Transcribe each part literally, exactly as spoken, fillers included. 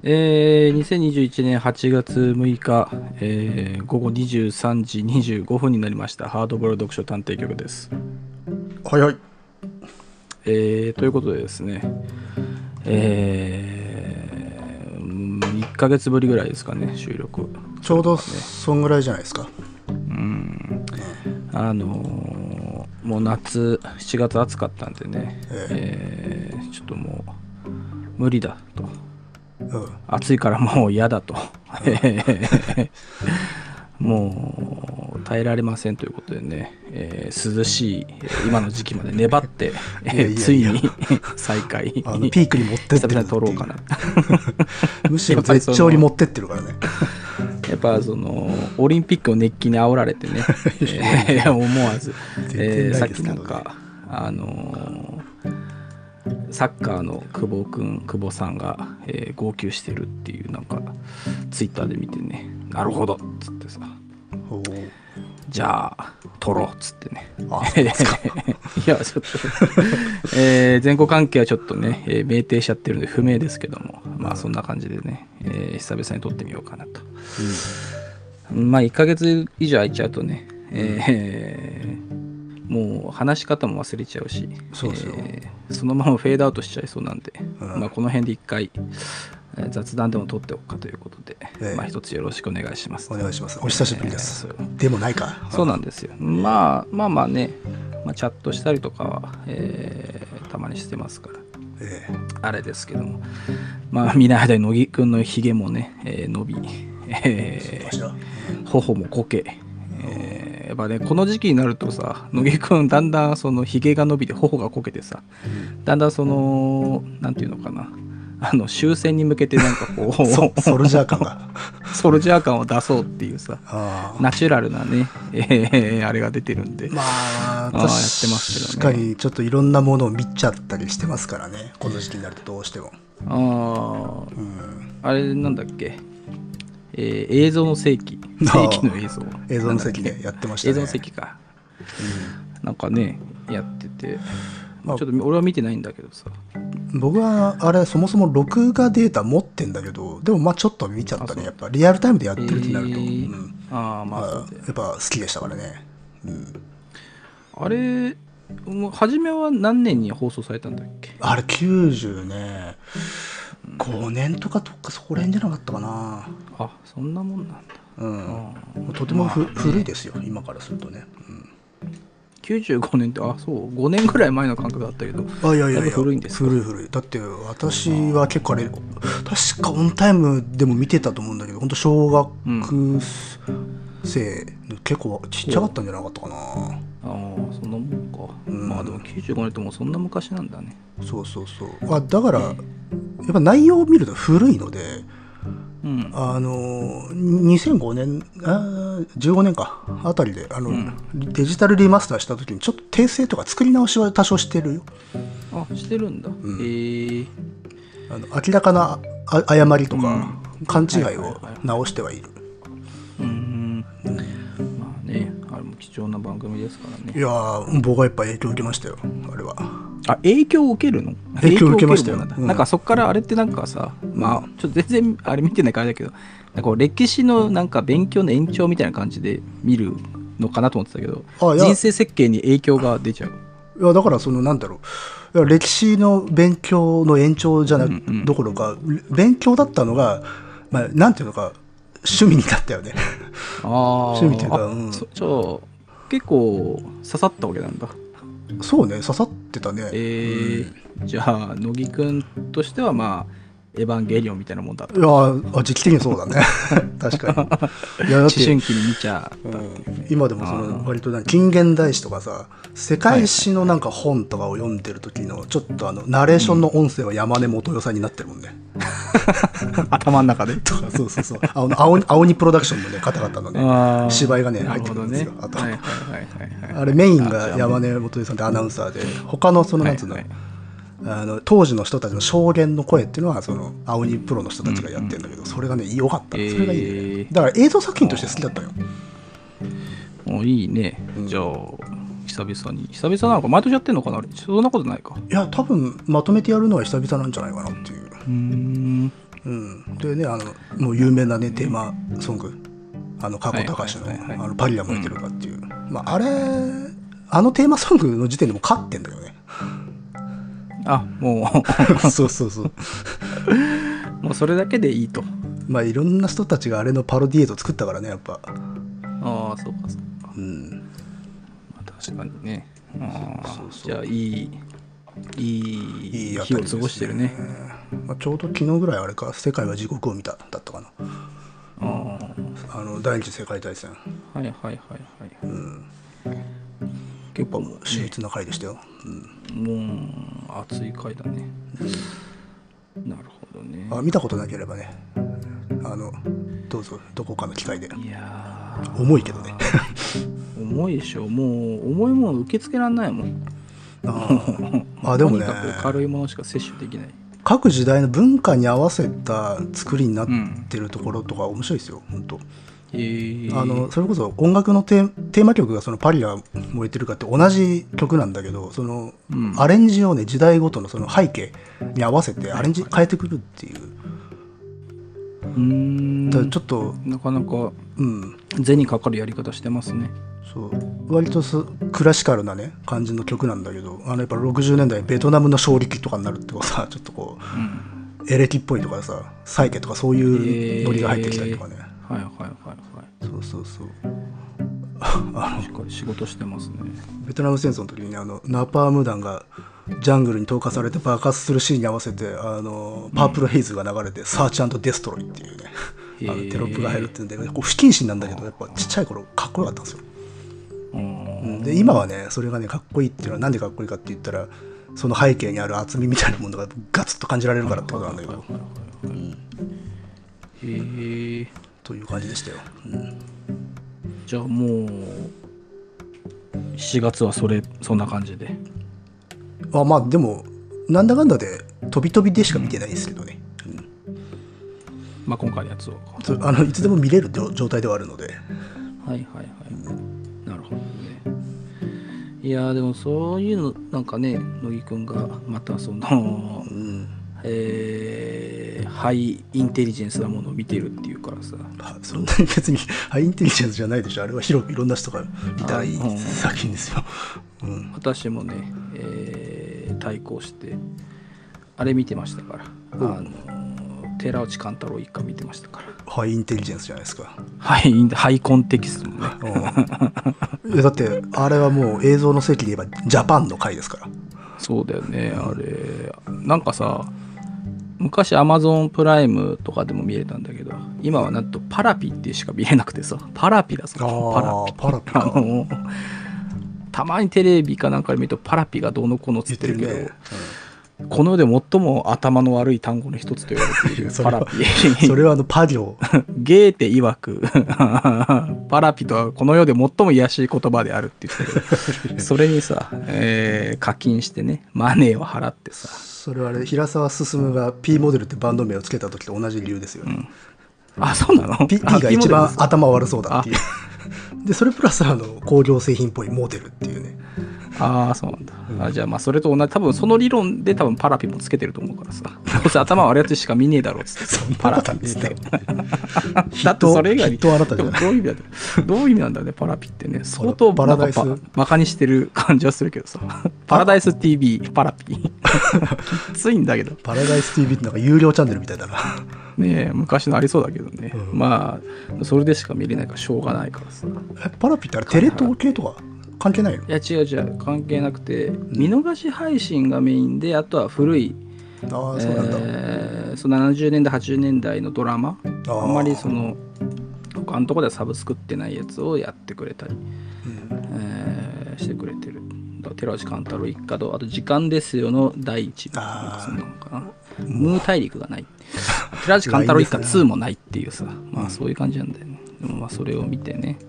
えー、にせんにじゅういちねんはちがつむいか、えー、午後にじゅうさんじにじゅうごふんになりました。ハードボール読書探偵局です。 はいはい。 えー、ということでですね、えー、いっかげつぶりぐらいですかね、収録。 ちょうどね、 そんぐらいじゃないですか。 うん。あのー、もう夏、しちがつ暑かったんでね、えー、えー、ちょっともう無理だと。うん、暑いからもう嫌だと、うん、もう耐えられませんということでね、えー、涼しい今の時期まで粘って、いやいやいやついに再開あのピークに持ってってる久々に撮ろうかなむしろ絶頂に持ってってるからねやっぱそのオリンピックの熱気に煽られてねえー、思わず、えー、さっきなんかあのーサッカーの久保くん久保さんが、えー、号泣してるっていうなんかツイッターで見てね、なるほどっつってさ、じゃあ撮ろうっつってね、あいやちょっと、えー、前後関係はちょっとね、えー、酩酊しちゃってるんで不明ですけども、まあそんな感じでね、えー、久々に撮ってみようかなと、うん、まあいっかげつ以上空いちゃうとね、えーもう話し方も忘れちゃうし、 そうそう、 えー、そのままフェードアウトしちゃいそうなんで、うん、まあ、この辺で一回、えー、雑談でも撮っておくかということで、えー、まあ一つよろしくお願いします。 お願いします。お久しぶりです。えー、でもないか。 そうなんですよ。まあまあまあね、まあ、チャットしたりとかは、えー、たまにしてますから、えー、あれですけども、まあ見ない間に乃木くんのひげもね、えー、伸び、えー、頬もこけ、えーやっぱね、この時期になるとさ、乃木くんだんだんそのひげが伸びて頬がこけてさ、だんだんそのなんていうのかな、あの終戦に向けてなんかこうソ, ソルジャー感がソルジャー感を出そうっていうさ、ナチュラルなね、えー、あれが出てるんで、 まあ、 あやってますけどね。 確かにちょっといろんなものを見ちゃったりしてますからね、この時期になるとどうしても。 ああ、うん、あれなんだっけ、えー、映像の世紀世紀の映像映像の世紀ね、やってましたね。 映像の世紀か、うん、なんかねやってて、まあ、ちょっと俺は見てないんだけどさ、 僕はあれそもそも録画データ持ってんだけど、でもまあちょっと見ちゃったね。やっぱリアルタイムでやってるってなると、えーうん、あまあ、まあ、やっぱ好きでしたからね、うん、 あれ初めは何年に放送されたんだっけ。 あれきゅうじゅうね、ごねんとかとかそこら辺じゃなかったかな。 あ、そんなもんなんだ。 うん、とても、まあね、古いですよ今からするとね、うん、 きゅうじゅうごねんって、あ、そうごねんぐらい前の感覚だったけど、 あいやいやいや古いんですか。 古い古い。だって私は結構あれ確かオンタイムでも見てたと思うんだけど、本当小学生、うん、結構ちっちゃかったんじゃなかったかな。ああ、そんなもんか、うん、まあでもきゅうじゅうごねんってもうそんな昔なんだね。 そうそうそう。あだから、えー、やっぱ内容を見ると古いので、うん、あのにせんごねんあじゅうごねんかあたりであの、うん、デジタルリマスターした時にちょっと訂正とか作り直しは多少してるよ。 あ、してるんだ。へ、うん、えー、 あの明らかな誤りとか、うん、勘違いを直してはいる。 うん、まあね、あれも貴重な番組ですからね。 いや僕はやっぱ影響を受けましたよあれは。 あ、影響を受けるの？ 影響を受けましたよ。 なんだ、うん、なんかそっからあれってなんかさ、まあちょっと全然あれ見てないからだけど、なんか歴史のなんか勉強の延長みたいな感じで見るのかなと思ってたけど、人生設計に影響が出ちゃう。 いやだからそのなんだろう、歴史の勉強の延長じゃなく、うんうん、どころか勉強だったのが、まあ、なんていうのか趣味になったよね。 あ趣味というか、うん、 じゃあ結構刺さったわけなんだ。 そうね、刺さってたね。 えーうん、じゃあ乃木くんとしてはまあエヴァンゲリオンみたいなもんだった。 いや時期的にそうだね。確かに。いやだって思春期に見ちゃった、うん、 今でもその割と近現代史とかさ、世界史のなんか本とかを読んでる時のちょっとあのナレーションの音声は山根元代さんになってるもんね。 頭の中でとかそうそうそう。あの青に青にプロダクションのね方々のね芝居がね入ってくるんですよ。あとあれメインが山根元代さんってアナウンサーで、他のそのなんつうの、はいはい、あの当時の人たちの証言の声っていうのはその青にプロの人たちがやってるんだけど、うんうん、それがね良かった。それがいいね、えー、だから映像作品として好きだったよ。 おいいね、うん、じゃあ久々に久々なのか毎年やってんのかな。そんなことないか。 いや多分まとめてやるのは久々なんじゃないかなっていう。 うーんうん、でねあのもう有名なねテーマソングあの加古隆の、はいはいはいはい、あのパリは燃えてるかっていう、うん、まああれあのテーマソングの時点でも勝ってんだよね。 あもうそうそうそうもうそれだけでいいと。 まあいろんな人たちがあれのパロディエイト作ったからねやっぱ。 ああそうかそうか、うんまあ、確かにね。あそうそうそうじゃあいいいい日を過ごしてるね。 まあ、ちょうど昨日ぐらいあれか世界は地獄を見ただったかな。ああの第二次世界大戦。 はいはいはいはい、うん、 結構もう秀逸な回でしたよ、 うん、もう熱い回だね、うん、なるほどね。 あ見たことなければねあのどうぞどこかの機会で。いや重いけどね重いでしょ。もう重いもの受け付けられないもん。 ああでもねとにかく軽いものしか摂取できない。 各時代の文化に合わせた作りになってるところとか面白いですよ、うん、本当。えー、あのそれこそ音楽のテー、テーマ曲がそのパリは燃えてるかって同じ曲なんだけどその、うん、アレンジをね時代ごとのその背景に合わせてアレンジ変えてくるっていう、 うーんだちょっとなかなか、うん、銭にかかるやり方してますね。 そう割とクラシカルなね感じの曲なんだけどあのやっぱろくじゅうねんだいベトナムの勝利記とかになるってことさちょっとこう、うん、エレキっぽいとかさサイケとかそういうノリが入ってきたりとかね、えー、はいはいはいはいそうそうそうあのしっかり仕事してますね。 ベトナム戦争の時に、ね、あのナパーム弾がジャングルに投下されて爆発するシーンに合わせてあのパープルヘイズが流れて、うん、サーチ&デストロイっていうねあのテロップが入るっていうんでこう不謹慎なんだけどやっぱちっちゃい頃かっこよかったんですよ。で今はねそれがねかっこいいっていうのはなんでかっこいいかって言ったらその背景にある厚みみたいなものがガツッと感じられるからってことなんだけど、うん、へえという感じでしたよ、うん、 じゃあもうしがつはそれそんな感じで。 あまあでもなんだかんだで飛び飛びでしか見てないですけどね、うんまあ、今回のやつをあのいつでも見れる状態ではあるので。はいはいはい、うん、なるほどね。いやでもそういうのなんかね乃木くんがまたその、うんえー、ハイインテリジェンスなものを見てるっていうからさ。 そんなに別にハイインテリジェンスじゃないでしょ。あれは広くいろんな人が見たらいい作品ですよ、 うん、私もね、えー、対抗してあれ見てましたから、あの寺内貫太郎一家見てましたから。 ハイインテリジェンスじゃないですか。 ハイ、ハイコンテキストもねいやだってあれはもう映像の席で言えばジャパンの回ですから。 そうだよね、あれなんかさ昔アマゾンプライムとかでも見れたんだけど今はなんとパラピってしか見れなくてさ。パラピだぞ。 パラピパラピかあのたまにテレビかなんかで見るとパラピがどうのこうのつってるけど、ねうん、この世で最も頭の悪い単語の一つと言われているパラピそれはあのパ行ゲーテ曰くパラピとはこの世で最も卑しい言葉であるって言ってるそれにさ、えー、課金してねマネーを払ってさ。 それはあれ平沢進が P モデルってバンド名をつけた時と同じ理由ですよね、 うん、あそうなの P, P が一番頭悪そうだっていうでそれプラスあの工業製品っぽいモデルっていうね。 ああそうなんだ、うん、あじゃあまあそれと同じ多分その理論で多分パラピもつけてると思うからさどうせ頭悪いやつしか見ねえだろうっつってパラピってだってそれ以外にあなたじゃないどういう意味だどういう意味なんだねパラピってね。相当ババカにしてる感じはするけどさパラダイス ティービー パラピきついんだけどパラダイス ティービー ってなんか有料チャンネルみたいだなねえ昔のありそうだけどね、うん、まあそれでしか見れないからしょうがないからさ。 えパラピってあれテレ東系とか関係ないの？ いや違う違う関係なくて、うん、見逃し配信がメインであとは古いあそうなんだ、 えー、そのななじゅうねんだいはちじゅうねんだいのドラマ あ, あんまりその他のところではサブスクってないやつをやってくれたり、うんえー、してくれてる。寺内貫太郎一家とあと時間ですよのだいいち部なんかそんなのかな。ムー大陸がない寺内貫太郎一家にもないっていうさまあそういう感じなんだよね。でもまあそれを見てね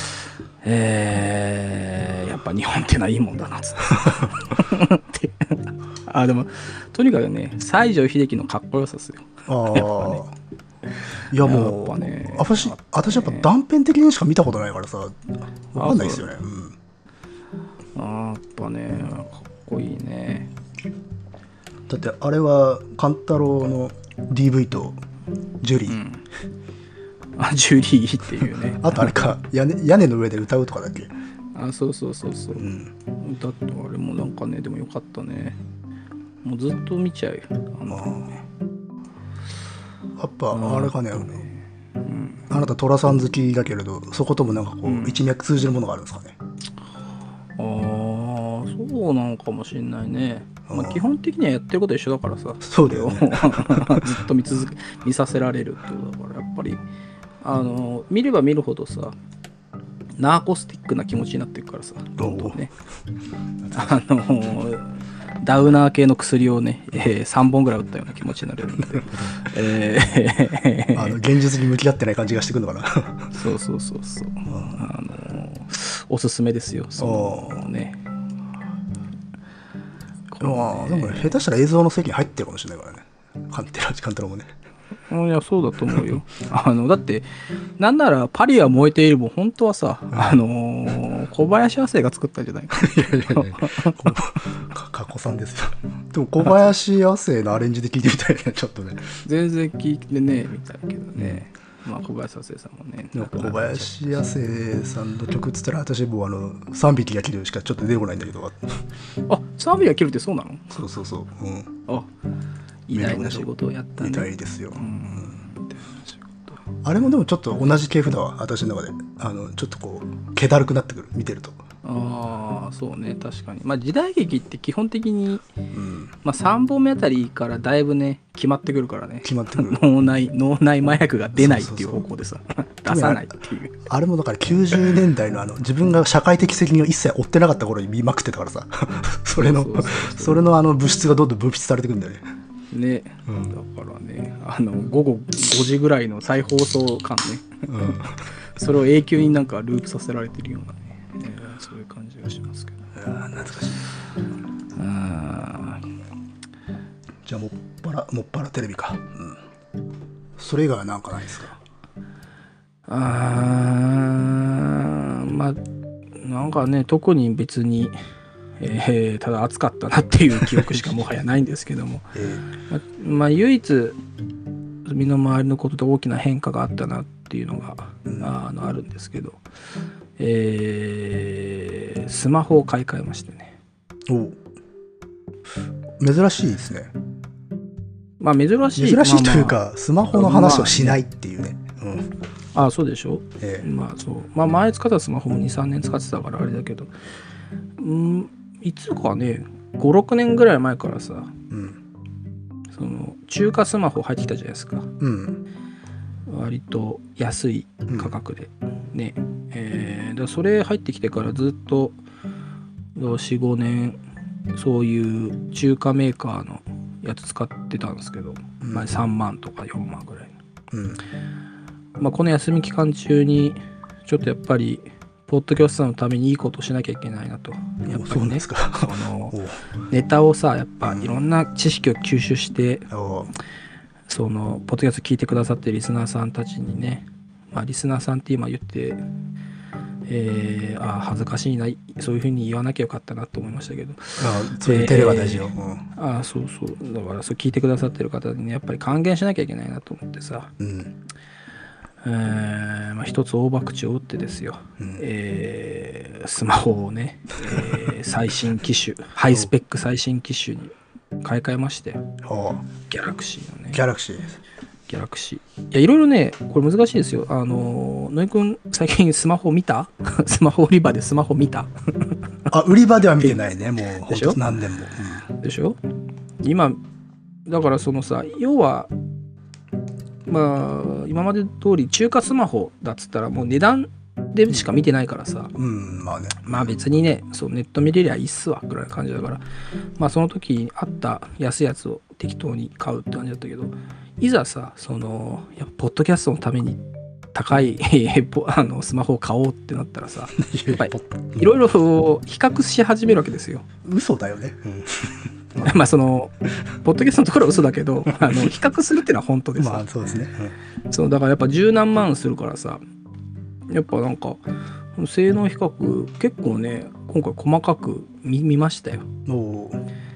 えー、やっぱ日本ってのはいいもんだなっつってあでもとにかくね西城秀樹のかっこよさですよ。 ああ、ね、いやもうやっぱ、ね、私, 私やっぱ断片的にしか見たことないからさ分かんないですよね。 あ、うん、あやっぱねかっこいいね。 だってあれは勘太郎のディーブイ とジュリー、うん、 あジュリーっていうねあとあれか屋根、屋根の上で歌うとかだっけ。 あそうそうそうそう、うん、歌ってあれもなんかねでもよかったね。もうずっと見ちゃうよあのね。 やっぱあれかね、うん、あなた寅さん好きだけれどそこともなんかこう、うん、一脈通じるものがあるんですかね。 ああそうなのかもしれないね。まあ、基本的にはやってること一緒だからさ。 そうだよ、ね、 ずっと見続け見させられるってことだからやっぱりあの見れば見るほどさナーコスティックな気持ちになっていくからさどんどんねあのダウナー系の薬をね、えー、さんぼんぐらい打ったような気持ちになれるんで、えー、 あの現実に向き合ってない感じがしてくるのかなそうそうそうそう、あのおすすめですよそのね。 まあでも下手したら映像の席に入ってるかもしれないからねカンテラカンテラもね。 いやそうだと思うよあのだってなんならパリは燃えているも本当はさ、あのー、小林亜生が作ったんじゃないかいやいやいやかこさんですよ。でも小林亜生のアレンジで聞いてみたいねちょっとね。 全然聞いてねみたいけどね、まあ小林亜生さんもね。 小林亜生さんの曲っつったら私もうあのさんびきが切るしかちょっと出てこないんだけど。 あさんびきが切るってそうなの。 そうそうそう、うん、 あ偉大な仕事をやったね。 偉大ですよ、うん、あれもでもちょっと同じ系譜だわ私の中で。あのちょっとこう気だるくなってくる見てると。 ああそうね確かに。まあ時代劇って基本的に、うん、まあさんぼんめあたりからだいぶね決まってくるからね。 決まってくる脳内脳内麻薬が出ないっていう方向でさ出さないっていう。 あれもだからきゅうじゅうねんだいのあの自分が社会的責任を一切負ってなかった頃に見まくってたからさそれのそうそうそうそれのあの物質がどんどん分泌されてくるんだよね。 ね、うん、だからねあの午後ごじぐらいの再放送感ね、うん、それを永久になんかループさせられてるようなね、えー、そういう感じがしますけど。 あ懐かしい。あじゃあもっぱらもっぱらテレビか、うん、それ以外は何かないですか。 あまあなんかね特に別にえー、ただ暑かったなっていう記憶しかもはやないんですけども、えーままあ、唯一身の回りのことで大きな変化があったなっていうのが、うん、あ, のあるんですけど、えー、スマホを買い替えましてね。 お珍しいですね。 まあ珍しい珍しいというか、まあまあ、スマホの話をしないっていうね、まあねうん、ああそうでしょ、えー、まあそうまあ前使ったスマホも にさんねん使ってたからあれだけどうんいつかねごろくねんぐらい前からさ、うん、その中華スマホ入ってきたじゃないですか、うん、割と安い価格で、うん、ねえー、だそれ入ってきてからずっと よん,ご 年そういう中華メーカーのやつ使ってたんですけど、うん、まあ、さんまんとかよんまんぐらいの、うんまあ、この休み期間中にちょっとやっぱりポッドキャストのためにいいことをしなきゃいけないなと。やっぱりね、そのネタをさ、やっぱいろんな知識を吸収して、うん、そのポッドキャスト聞いてくださってるリスナーさんたちにね、まあリスナーさんって今言って、えー、あ恥ずかしいな、そういうふうに言わなきゃよかったなと思いましたけど。あそういう照れは大事よ。 えーうん、あそうそう。だからそう聞いてくださってる方にね、やっぱり還元しなきゃいけないなと思ってさ。うんえーまあ、一つ大博打を打ってですよ、うんえー、スマホをね、えー、最新機種ハイスペック最新機種に買い替えましてギャラクシーのねギャラクシーギャラクシーいやいろいろねこれ難しいですよ。あの野井くん最近スマホ見たスマホ売り場でスマホ見たあ売り場では見てないねもうほんと何年も、 うん、でしょ今だからそのさ要はまあ今まで通り中華スマホだっつったらもう値段でしか見てないからさ、 うん、まあねまあ別にねそうネット見れりゃいいっすわぐらいな感じだからまあその時にあった安いやつを適当に買うって感じだったけどいざさそのやっぱポッドキャストのために高いあのスマホを買おうってなったらさやっぱりいろいろ比較し始めるわけですよ。 嘘だよね、うんまあそのポッドキャストのところは嘘だけどあの比較するっていうのは本当です。 まあそうですね、 うん、そうだからやっぱ十何万するからさやっぱなんか性能比較結構ね今回細かく 見, 見ましたよ。お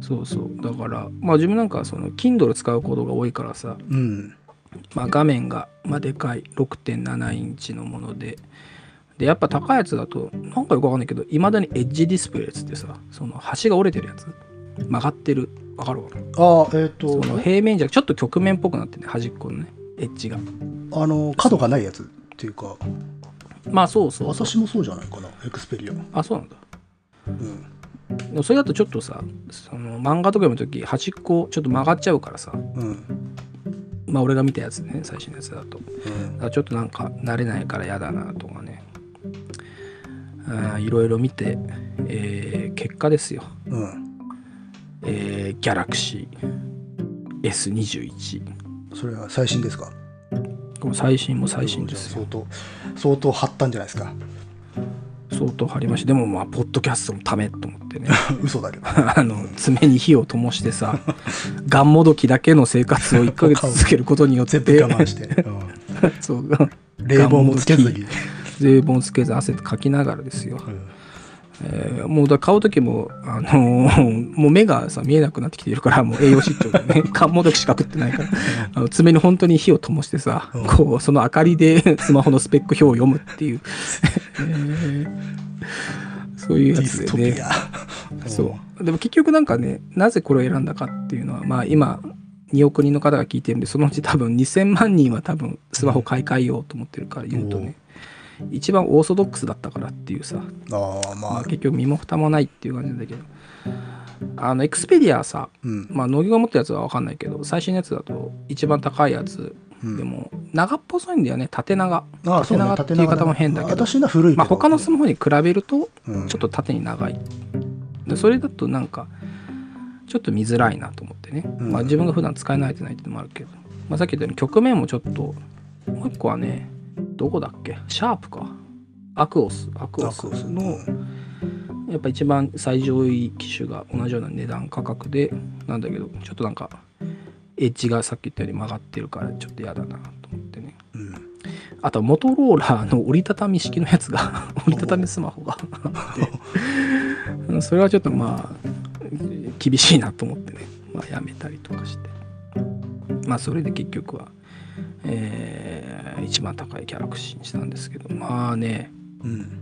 そうそうだからまあ自分なんかはその Kindle 使うことが多いからさ、 うんまあ、画面がまあでかい ろくてんなな インチのものででやっぱ高いやつだとなんかよくわかんないけどいまだにエッジディスプレイっつってさその端が折れてるやつ曲がってるわかるわかるああえっ、ー、とその平面じゃちょっと曲面っぽくなってね端っこのねエッジがあの角がないやつっていうかまあそうそうそう私もそうじゃないかなエクスペリアあそうなんだうんでもそれだとちょっとさその漫画とか読むとき端っこちょっと曲がっちゃうからさ、 うん、 まあ俺が見たやつね最新のやつだと、 うん、 だからちょっとなんか慣れないから嫌だなとかねあいろいろ見て、えー、結果ですよ、 うんえー、ギャラクシー エスにじゅういちそれは最新ですか？ これ最新も最新ですよ。 相当相当張ったんじゃないですか？ 相当張りました。でもまあポッドキャストのためと思ってね嘘だけどあの爪に火を灯してさガンもどきだけの生活をいっかげつ続けることによって全部我慢して、うん、 そう冷房もつけずに冷房もつけず汗かきながらですよ、うんえー、もうだ買う時も、あのー、もう目がさ見えなくなってきているからもう栄養失調でねガンもどきしか食ってないからあの爪に本当に火を灯してさ、うん、こうその明かりでスマホのスペック表を読むっていう、えー、そういうやつでねそうでも結局なんかねなぜこれを選んだかっていうのはまあ今におくにんの方が聞いてるんでそのうち多分にせんまんにんは多分スマホ買い替えようと思ってるから言うとね、うん、一番オーソドックスだったからっていうさあ、まあまあ、結局身も蓋もないっていう感じなんだけどあのエクスペディアさ、うん、まあ乃木が持ったやつは分かんないけど最新のやつだと一番高いやつ、うん、でも長っぽそいんだよね縦長ああ縦長っていう言い方も変だけど、 私の古いけど、 まあ、他のスマホに比べるとちょっと縦に長い、うん、でそれだとなんかちょっと見づらいなと思ってね、うんまあ、自分が普段使い慣れてないっていうのもあるけど、まあ、さっき言ったように局面もちょっともう一個はねどこだっけシャープかアクオスアクオスのやっぱ一番最上位機種が同じような値段価格でなんだけどちょっとなんかエッジがさっき言ったように曲がってるからちょっと嫌だなと思ってね、うん、あとモトローラーの折りたたみ式のやつが折りたたみスマホがあってそれはちょっとまあ厳しいなと思ってね、まあ、やめたりとかしてまあそれで結局は、えー、一番高いギャラクシーにしたんですけどまあね、うん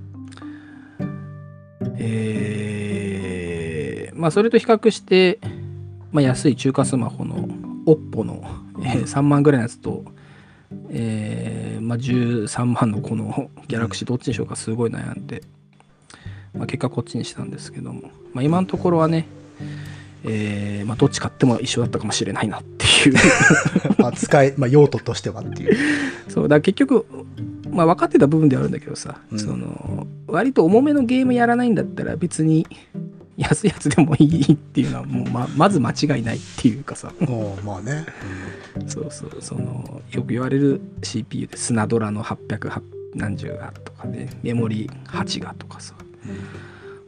えー、まあそれと比較して、まあ、安い中華スマホの オッポ の、えー、さんまんぐらいのやつと、えーまあ、じゅうさんまんのこのギャラクシーどっちにしようかすごい悩んで、まあ、結果こっちにしたんですけども、まあ、今のところはねえーまあ、どっち買っても一緒だったかもしれないなっていう扱い、まあ、用途としてはっていうそうだから結局、まあ、分かってた部分ではあるんだけどさ、うん、その割と重めのゲームやらないんだったら別に安いやつでもいいっていうのはもう ま, まず間違いないっていうかさまあね、 うん、そうそうそのよく言われる シーピーユー でスナドラのはっぴゃく何十がとかねメモリはちがとかさ、うん、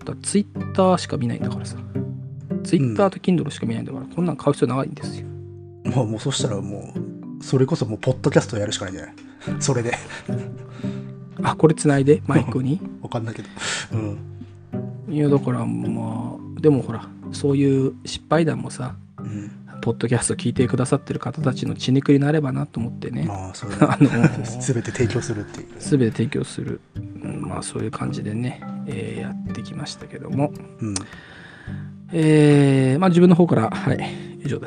だツイッターしか見ないんだからさツイッターと Kindle しか見ないんだから、うん、こんなん買う必要ないんですよ。 まあもうそしたらもうそれこそもうポッドキャストやるしかないんじゃないそれであこれつないでマイクにわかんないけど、 うん、いやだからまあでもほらそういう失敗談もさ、うん、ポッドキャスト聞いてくださってる方たちの血肉になればなと思ってね、 まあそれあの全て提供するっていう全て提供する、うん、まあそういう感じでね、えー、やってきましたけども、うんえー、まあ自分の方からはい以上です。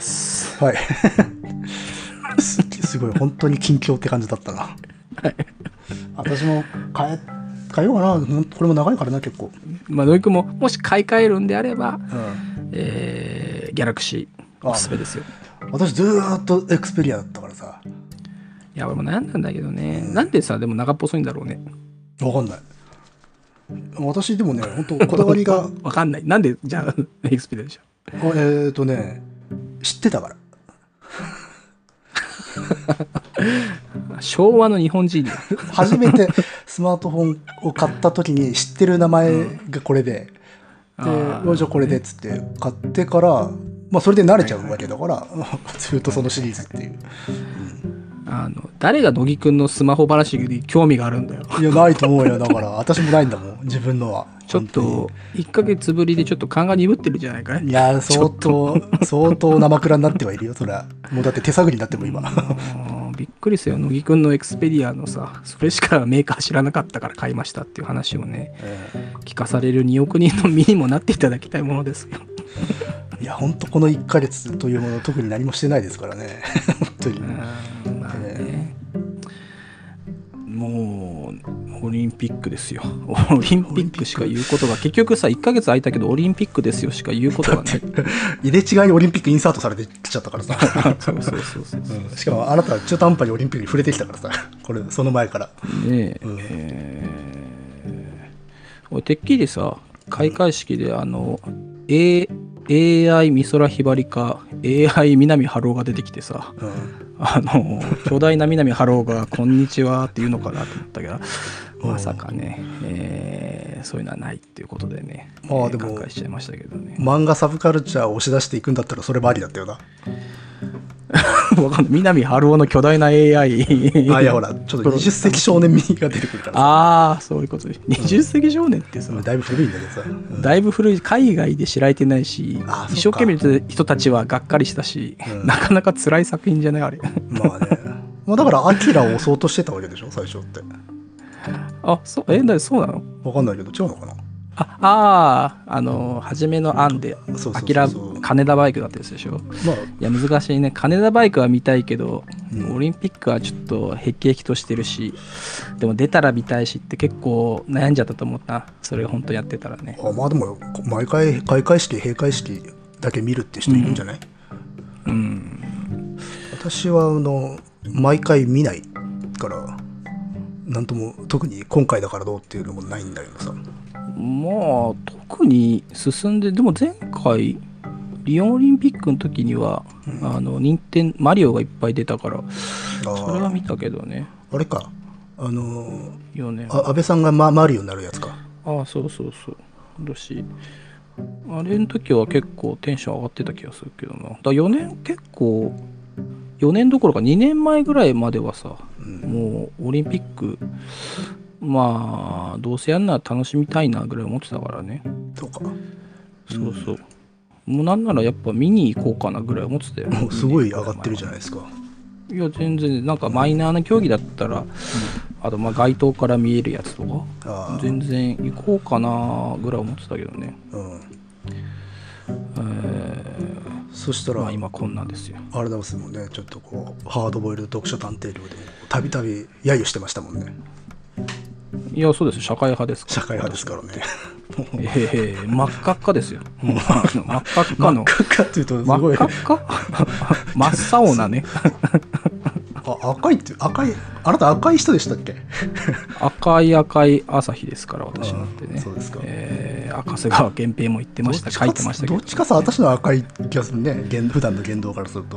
はいす, すごい本当に近況って感じだったな。はい。私も変え変えようかな。これも長いからな結構。 まあ野井くんももし買い替えるんであれば、うんえー、ギャラクシーおすすめですよ。 私ずーっとエクスペリアだったからさ。 いや俺も悩んだんだけどね、うん、なんでさでも長っぽそいんだろうね。 わかんない。私でもね本当こだわりがわかんない。なんでじゃあエクスペリアでしょ。 えっとね知ってたから。 昭和の日本人初めてスマートフォンを買った時に知ってる名前がこれで、うん、でじゃあこれでっつって買ってから、まあ、それで慣れちゃうわけだから、はいはい、ずっとそのシリーズっていう、 うん、あの誰が乃木くんのスマホ話に興味があるんだよ。 いやないと思うよ。だから私もないんだもん自分のは。 ちょっといっかげつぶりでちょっと勘が鈍ってるじゃないかい。 いや相当相当生蔵になってはいるよそれは。もうだって手探りになっても今びっくりするよ。乃木くんのエクスペディアのさ、それしかメーカー知らなかったから買いましたっていう話をね、えー、聞かされるにおく人の身にもなっていただきたいものですよいや本当このいっかげつというもの特に何もしてないですからね本当に。 まあね、えー、もうオリンピックですよ。オリンピックしか言うことが結局さ、いっかげつ空いたけどオリンピックですよしか言うことがない。 入れ違いにオリンピックインサートされてきちゃったからさそうそうそうそう、 うん、しかもあなたは中途半端にオリンピックに触れてきたからさ、これその前からねえ、うん、えー、俺てっきりさ開会式であの、うん、Aエーアイ 美空ひばりか エーアイ 南春夫が出てきてさ、うん、あの巨大な南春夫がこんにちはって言うのかなと思ったけどまさかね、えー、そういうのはないっていうことでね、まあでも、えー、考えしちゃいましたけどね。 漫画サブカルチャーを押し出していくんだったらそれもありだったよなわかんない。南春夫の巨大な エーアイあ、いやほらちょっとにじゅっ世紀少年ミニが出てくるからさ。 ああそういうことでにじゅっ世紀少年ってさ、 うん、だいぶ古いんだけどさ、うん、 だいぶ古い。海外で知られてないし一生懸命見た人たちはがっかりしたし、うん、なかなか辛い作品じゃないあれまあねまあだからアキラを押そうとしてたわけでしょ最初って。 あそうえだそうなの分かんないけど違うのかな。 あああの初めの案でアキラ金田バイクだったやつでしょ、まあ、いや難しいね。金田バイクは見たいけど、うん、オリンピックはちょっとへきへきとしてるしでも出たら見たいしって結構悩んじゃったと思った。それ本当やってたらね。 あまあでも毎回開会式閉会式だけ見るって人いるんじゃない？うん、うん、私はあの毎回見ないからなんとも特に今回だからどうっていうのもないんだけどさ。 まあ特に進んででも前回リオオリンピックの時には、うん、あの任天マリオがいっぱい出たからそれは見たけどね。 あれかあのよねんあ安倍さんが、ま、マリオになるやつか。 ああそうそうそうだしあれの時は結構テンション上がってた気がするけどな。だよねん結構よねんどころかにねんまえぐらいまではさ、うん、もうオリンピックまあどうせやんなら楽しみたいなぐらい思ってたからね。 そうか。 そうそう、うん、もうなんならやっぱ見に行こうかなぐらい思ってたよ。 もうすごい上がってるじゃないですか。 いや全然なんかマイナーな競技だったら、うん、あとまあ街頭から見えるやつとか全然行こうかなぐらい思ってたけどね。うん、えー、 そしたら、 まあ、今こんなんですよ。 あれだもんねちょっとこうハードボイルド読書探偵寮でもたびたび揶揄してましたもんね。 いやそうです社会派ですから。 社会派ですからねええー、真っ赤っかですよ。真っ赤っかの真っ赤っかっていうとすごい真っ赤っか真っ青なねあ赤いって赤いあなた赤い人でしたっけ赤い赤い朝日ですから私なんてね。 そうですか、 えー、赤瀬川源平も言ってました書いてましたけど、 どっちかさ私の赤い気がするね普段の言動からすると。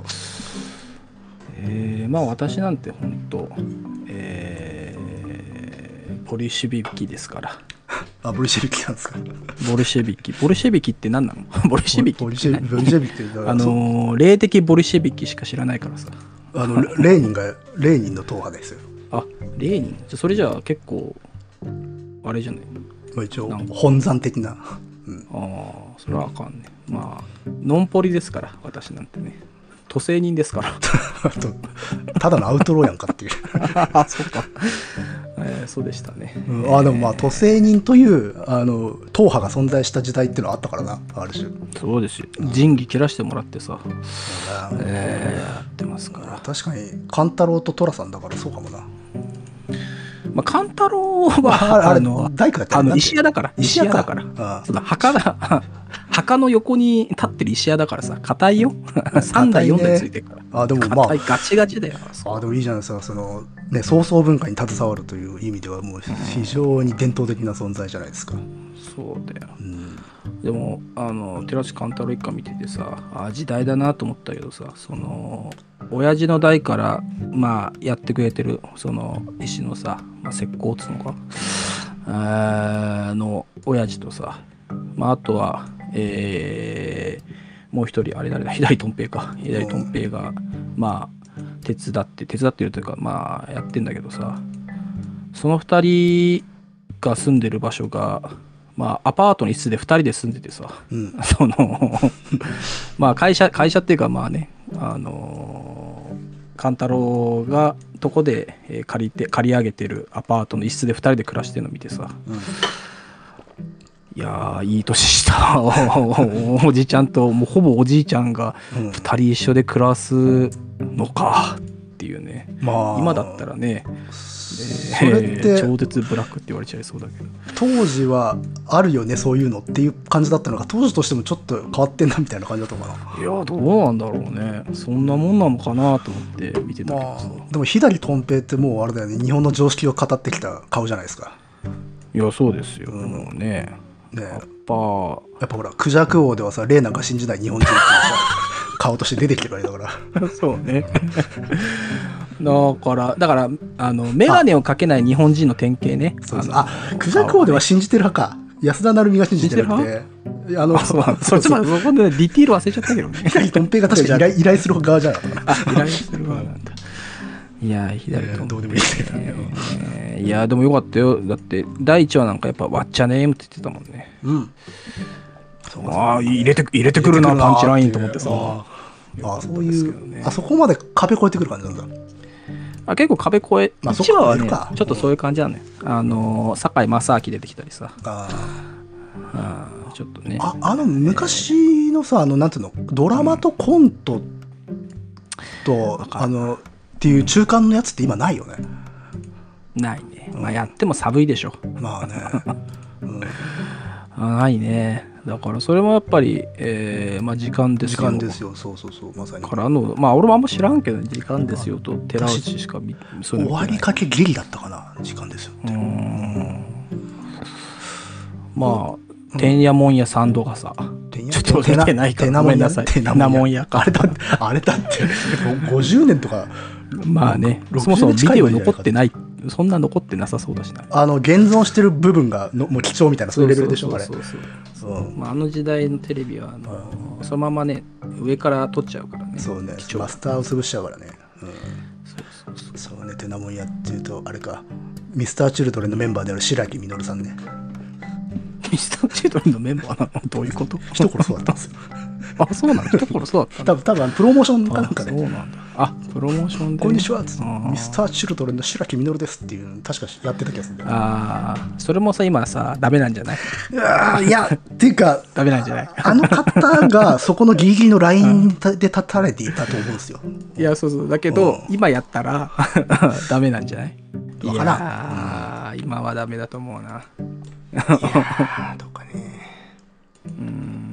えー、まあ私なんて本当えーボリシェビキですから。 あ、ボリシェビキなんですか。 ボリシェビキ。ボリシェビキって何なの？ボリシェビキってボリシェビキってあのー、霊的ボリシェビキしか知らないからさ。 あのレーニンがレーニンの党派ですよ。 あ、レーニン。じゃそれじゃあ結構あれじゃない。 まあ一応本山的な。 うん、ああ、それはあかんね。まあノンポリですから私なんてね。都政人ですからただのアウトローやんかっていうあそうか、えー、そうでしたね、 うん、あでもまあ都政人というあの党派が存在した時代っていうのはあったからなある種。 そうですよ、仁義切らしてもらってさ、うんえー、やってますから。 確かに勘太郎と寅さんだからそうかもな。 まあ、勘太郎はあれの大工だったあの石屋だから石屋だからああそうだ墓だ墓の横に立ってる石屋だからさ硬いよさんだいよんだいついてるから。 あでもまあガチガチだよ。 あでもいいじゃないですか。そのね創造文化に携わるという意味ではもう非常に伝統的な存在じゃないですか。うん、 そうだよ、うん、でもあの寺地勘太郎一家見ててさあ時代だなと思ったけどさその親父の代からまあやってくれてるその石のさ、まあ、石膏っつうのかあの親父とさ、まあ、あとはえー、もう一人あれ誰だ左とん平か左とん平がまあ手伝って手伝ってるというかまあやってんだけどさその二人が住んでる場所がまあアパートの一室でふたりで住んでてさ、 うん、 そのまあ会社会社っていうかまあね、あの勘太郎がとこで、えー、借りて借り上げてるアパートの一室でふたりで暮らしてるの見てさ、うん、いやいい年したおじちゃんともうほぼおじいちゃんがふたり一緒で暮らすのかっていうね、うん、まあ、今だったらね、 それって超絶ブラックって言われちゃいそうだけど、 当時はあるよねそういうのっていう感じだったのが、当時としてもちょっと変わってんなみたいな感じだったのかな。 いやどうなんだろうね、そんなもんなのかなと思って見てたけどさ、まあ、でも左とん平ってもうあれだよね、日本の常識を語ってきた顔じゃないですか。 いやそうですよ、うん、もうねねやっぱやっぱほらクジャク王ではさ、霊なんか信じない日本人っていうさ顔として出てきてるわけだからそうねだからだからあの眼鏡をかけない日本人の典型ね。 そうそう、あ、クジャク王では信じてる派か、安田成美が信じてなくて、 あのそっちまでそこでディティール忘れちゃったけどね。 左とん平が確か依頼依頼する側じゃなかった。 あ、依頼する側なんだ。いや左とん平、 どうでもいいけど、 えー、いやでもよかったよ。だってだいいちわなんかやっぱワッチャネームって言ってたもんね。 うん。 ああ入れて入れてくるなパンチラインと思ってさ。 ああそういう、ね、あそこまで壁越えてくる感じなんだ。 あ結構壁越え、 まあ、 いちわはねちょっとそういう感じなのよ。あの堺正明出てきたりさ、 ああちょっとね、 ああの昔のさ、あのなんていうの、ドラマとコントと、うん、あのっていう中間のやつって今ないよね。 ないね、うん、まあやっても寒いでしょ。 まあね、うん、 あないね。だからそれもやっぱり、えーまあ、時間ですよ。 時間ですよ、そうそうそう、まさに。 からの、まあ俺もあんま知らんけど、時間ですよと寺内しか見そういうの見てない。終わりかけギリだったかな、時間ですよって。うーん、まあ、てんやもんや三度がさ、ちょっと見てないからごめんなさい。てなもんやか。 あれだって、あれだってごじゅうねんとか。 まあね、そもそもビデオ残ってない。そんな残ってなさそうだしな。 あの現存してる部分がのもう貴重みたいな、そういうレベルでしょ、あれ。 そうそうそうそう、まあ、あの時代のテレビはあの、うん、そのままね上から撮っちゃうからね。 そうね、マスターを潰しちゃうからね。うん、そうそうそう、そうね、てなもんやっていうとあれか、ミスターチルドレンのメンバーである白木実さんね。 ミスターチルドレンのメンバーなの？どういうこと？ 一頃そうだったんですよ。 あ、そうなの？一頃そうだった。 多分多分プロモーションかなんかね。 そうなんだ。あ、プロモーションで、ね。 こんにちは。ミスターチルドレンの白木実ですっていう確かやってた気がするんだよね。 ああ、それもさ今さダメなんじゃない？ あいやっていうかダメなんじゃない？ あの方がそこのギリギリのラインで立たれていたと思うんですよ。 いやそうそうだけど、うん、今やったらダメなんじゃない？ わからん。 あ、うん、今はダメだと思うな。 いやどうかね。 うん、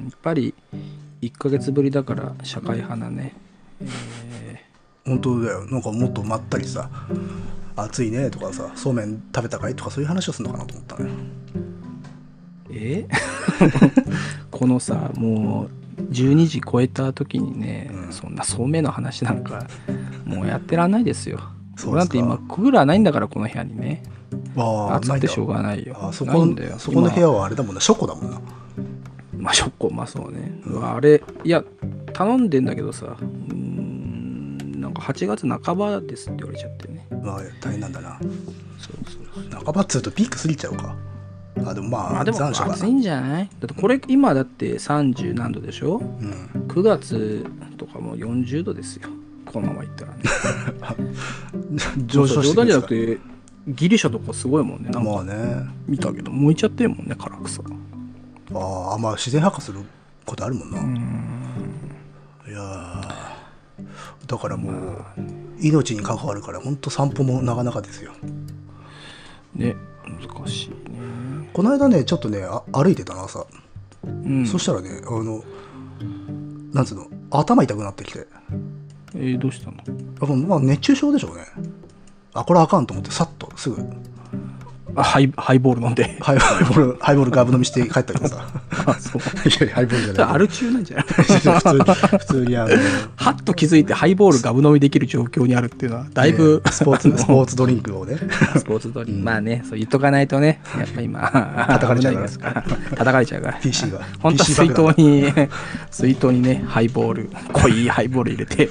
やっぱりいっかげつぶりだから社会派なね。えー、本当だよ。なんかもっとまったりさ、暑いねとかさ、そうめん食べたかいとかそういう話をするのかなと思ったね。 えこのさもうじゅうにじ超えた時にね、うん、そんなそうめんの話なんかもうやってらんないですよ。そうなんて今クーラーないんだからこの部屋にね。あ暑くてしょうがないよ。 あそこのそこの部屋はあれだもんな、書庫だもんな。 まあショコまあそうね、うん、あれいや頼んでんだけどさ、うーんなんかはちがつなかばですって言われちゃってね。 まあ大変なんだな。 そうそうそう、 半ばっつうとピーク過ぎちゃうか。あでもまあ、 まあ、でも暑いんじゃない？だってこれ今だってさんじゅう何度でしょ、うん、くがつとかもよんじゅうどですよこのままいったらね上昇してくるんですか？ 冗談じゃなくてギリシャとかすごいもんね。なんかまあね見たけど燃えちゃってるもんね唐草。 ああまあ自然発火することあるもんな。うん、いやだからもう、まあ、命に関わるから本当散歩もなかなかですよね。難しいね。 この間ねちょっとねあ歩いてたな朝、 うん、 そしたらねあのなんつうの頭痛くなってきて。 えー、どうしたの？ あまあ熱中症でしょうね。あこれあかんと思ってさっとすぐあハイ、ハイボール飲んでハイボールハイボールガブ飲みして帰ったけどさあそういやいやハイボールじゃない。 アル中なんじゃない普通普通にあのはっと気づいてハイボールガブ飲みできる状況にあるっていうのはだいぶ、 えー、スポーツスポーツドリンクをねスポーツドリンク、うん、まあねそう言っとかないとねやっぱ今叩かれちゃうから叩かれちゃうからピーシー が本当は水筒に水筒にねハイボール濃いハイボール入れて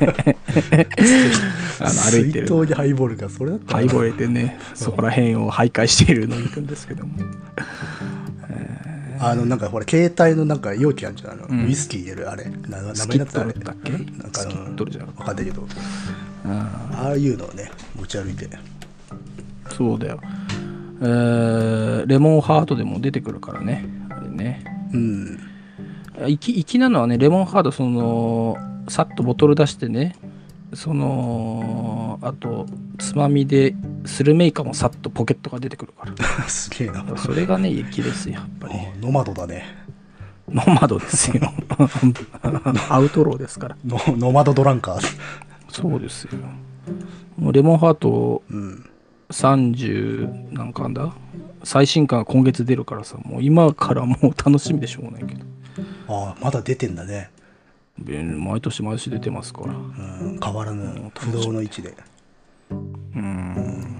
あの歩いてる水筒にハイボールがそれだったハイボール入れてねそこら辺を徘徊しているのに行くんですけどもえー、あのなんかほら携帯のなんか容器あるじゃん、あの、うん、ウイスキー入れるあれ名前だったらあれだっけ、なんかスキットルじゃん、分かんないけど、ああいうのをね持ち歩いて。 そうだよ、えー、レモンハートでも出てくるからねあれね。 うん。 粋粋なのはね、レモンハートそのさっとボトル出してね、そのあとつまみでスルメイカもさっとポケットが出てくるからすげえな。 それがね粋ですよやっぱり。 ノマドだね。 ノマドですよアウトローですから。 ノ, ノマドドランカー。 そうですよ。もうレモンハート、 うん、 さんじゅうなんかあんだ最新刊が今月出るからさ、もう今からもう楽しみでしょうがないけど。 ああまだ出てんだね。 毎年毎年出てますから、うん、 変わらぬ不動の位置で。 うん、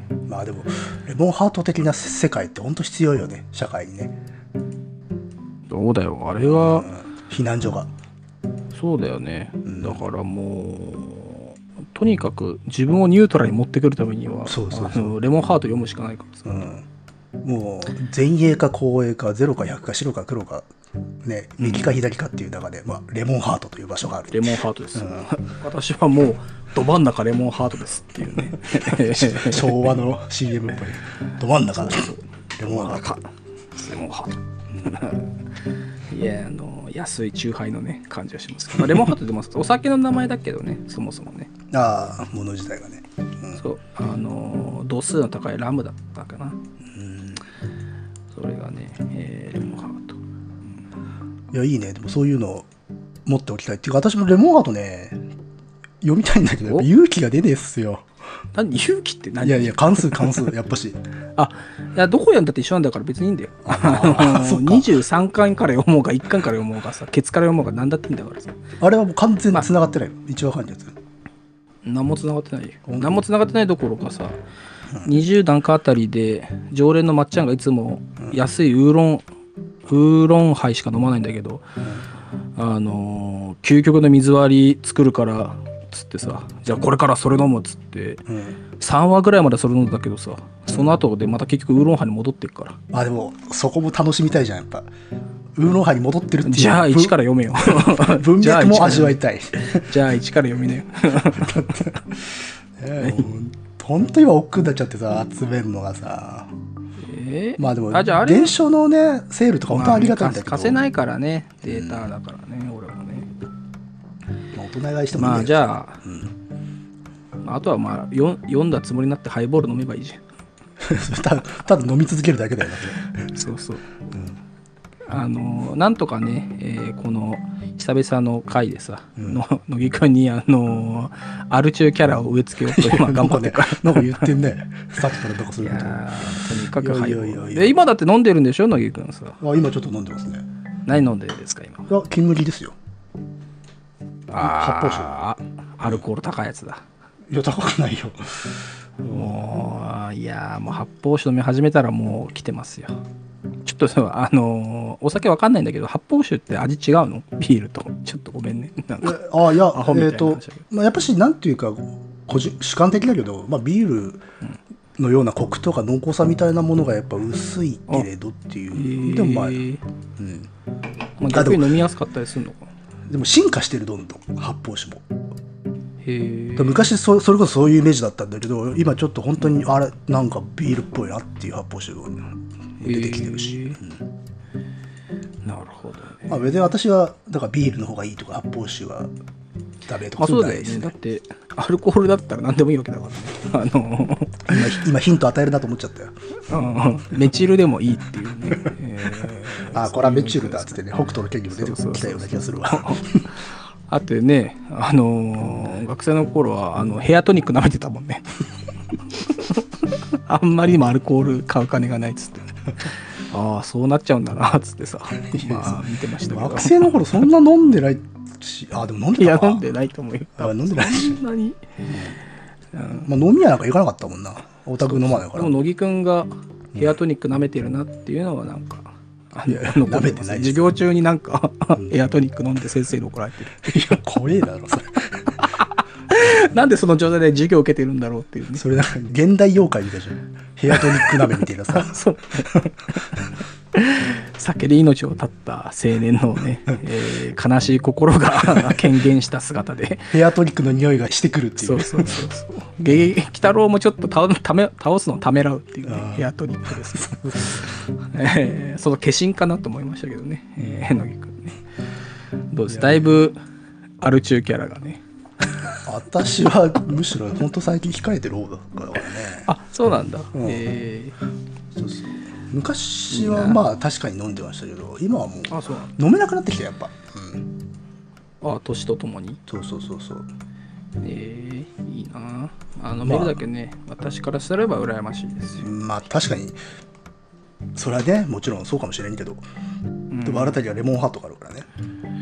うん、まあでもレモンハート的な世界って本当必要よね社会にね。 そうだよあれは、うん、 避難所が。 そうだよね、うん、だからもうとにかく自分をニュートラルに持ってくるためにはそうそうそう、 レモンハート読むしかないからさ、 うん、もう前衛か後衛かゼロかひゃくか白か黒かね、右か左かっていう中で、うんまあ、レモンハートという場所がある。 レモンハートです、うん、私はもうど真ん中レモンハートですっていうね昭和の シーエム っぽいど真ん中レモンハートレモンハートいやあの安いチューハイのね感じはしますけど、まあ、レモンハートでもお酒の名前だけどねそもそもね。 ああもの自体がね、 うん、そうあの度数の高いラムだったかな、うん、それがね、えー、レモンハート。 いやいいね。でもそういうのを持っておきたいっていうか、私もレモンハートね読みたいんだけど勇気が出ねえっすよ。 何勇気って何？ いやいや関数関数やっぱしあいやどこ読んだって一緒なんだから別にいいんだよ。にじゅうさんかんから読もうがいっかんから読もうがさケツから読もうが何だっていいんだからさ。あれはもう完全に繋がってないの、まあ、一話完結何も繋がってないよ。何も繋がってないどころかさ、うん、にじゅう段かあたりで常連のまっちゃんがいつも安いウーロン、うん、ウーロンハイしか飲まないんだけど、うん、あのー、究極の水割り作るからつってさ、じゃあこれからそれ飲むっつって、うん、さんわぐらいまでそれ飲んだけどさ、その後でまた結局ウーロンハイに戻っていくから。 あでもそこも楽しみたいじゃんやっぱ。ウーロンハイに戻ってるっていう。 じゃあいちから読めよ文脈も味わいたい。 じゃあいちから読みなよえー、ほんと今億劫になっちゃってさ集めるのがさ、えー、まあでもあじゃああれ電書のねセールとか本当ありがたいんだけど、 まあ、貸せないからねデータだからね、うん、俺もね、 まあ、大人買いしてもいいんだよ。 まあじゃあ、うん、あとはまあ読んだつもりになってハイボール飲めばいいじゃんた, ただ飲み続けるだけだよねそうそう、うん、あのなんとかね、えー、この久々の回でさ、うん、の乃木くんにあのアル中キャラを植え付けようと今頑張ってるからなんか言ってんねさっきからどこすると。いやとにかくハイボールで今だって飲んでるんでしょ乃木くんさ。 あ今ちょっと飲んでますね。 何飲んでるんですか今。 いや金麦ですよ。 あ発泡酒アルコール高いやつだ。 いや高くないよもういやもう発泡酒飲み始めたらもう来てますよ。ちょっとさあのー、お酒わかんないんだけど発泡酒って味違うのビールと。ちょっとごめんねなんかあいやえっ、ー、と、まあ、やっぱしなんていうか個人主観的だけど、まあ、ビールのようなコクとか濃厚さみたいなものがやっぱ薄いけれどっていう、えー、でもまあ、うんまあ、逆に飲みやすかったりするのかな。 でも進化してるどんどん発泡酒も。 へ昔 そ, それこそそういうイメージだったんだけど今ちょっと本当にあれなんかビールっぽいなっていう発泡酒が出てきてるし、うん、 なるほどね。 まあ、別に私はだからビールの方がいいとか発泡酒はダメとかそうですね。だってアルコールだったら何でもいいわけだからね。あの今, 今ヒント与えるなと思っちゃったよメチルでもいいっていうね、 えー、あこれはメチルだっつってね北斗の拳にも出てきたような気がするわあとね、あのー、学生の頃はあのヘアトニック舐めてたもんねあんまりにもアルコール買う金がないっつってああそうなっちゃうんだなっつってさまあ見てましたけど学生の頃そんな飲んでないしあでも飲んでたか。 いや飲んでないと思うよ。 あ飲んでないしそんなに、 うんまあ、飲み屋なんか行かなかったもんな。オタク飲まないから。 でも乃木くんがヘアトニック舐めてるなっていうのはなんか、 うん、いや舐めてない授業中になんかヘアトニック飲んで先生に怒られてる。 いや怖えだろそれなんでその状態で授業を受けてるんだろうっていうね。 それなんか現代妖怪みたいじゃん。ヘアトニック鍋みたいなさ。 そう酒で命を絶った青年のね、えー、悲しい心が権限した姿でヘアトニックの匂いがしてくるっていう。 そうそうそうそう。ゲゲ鬼太郎もちょっと倒ため倒すのをためらうっていうね、ヘアトニックですけど、えー、その化身かなと思いましたけどね、えー、乃木くんね。どうです？だいぶアル中キャラがね。 私はむしろ本当最近控えてる方だからね。 あ、そうなんだ。 うん、 えー、そうそう。昔はまあ確かに飲んでましたけど、今はもう飲めなくなってきたやっぱ。 うん、あ、年とともに。 そうそうそうそう。 えー、いいなあ。飲めるだけね、まあ、私からすれば羨ましいですよ。 まあ確かにそれはね、もちろんそうかもしれんけど、うん、でも新たにはレモンハートがあるからね。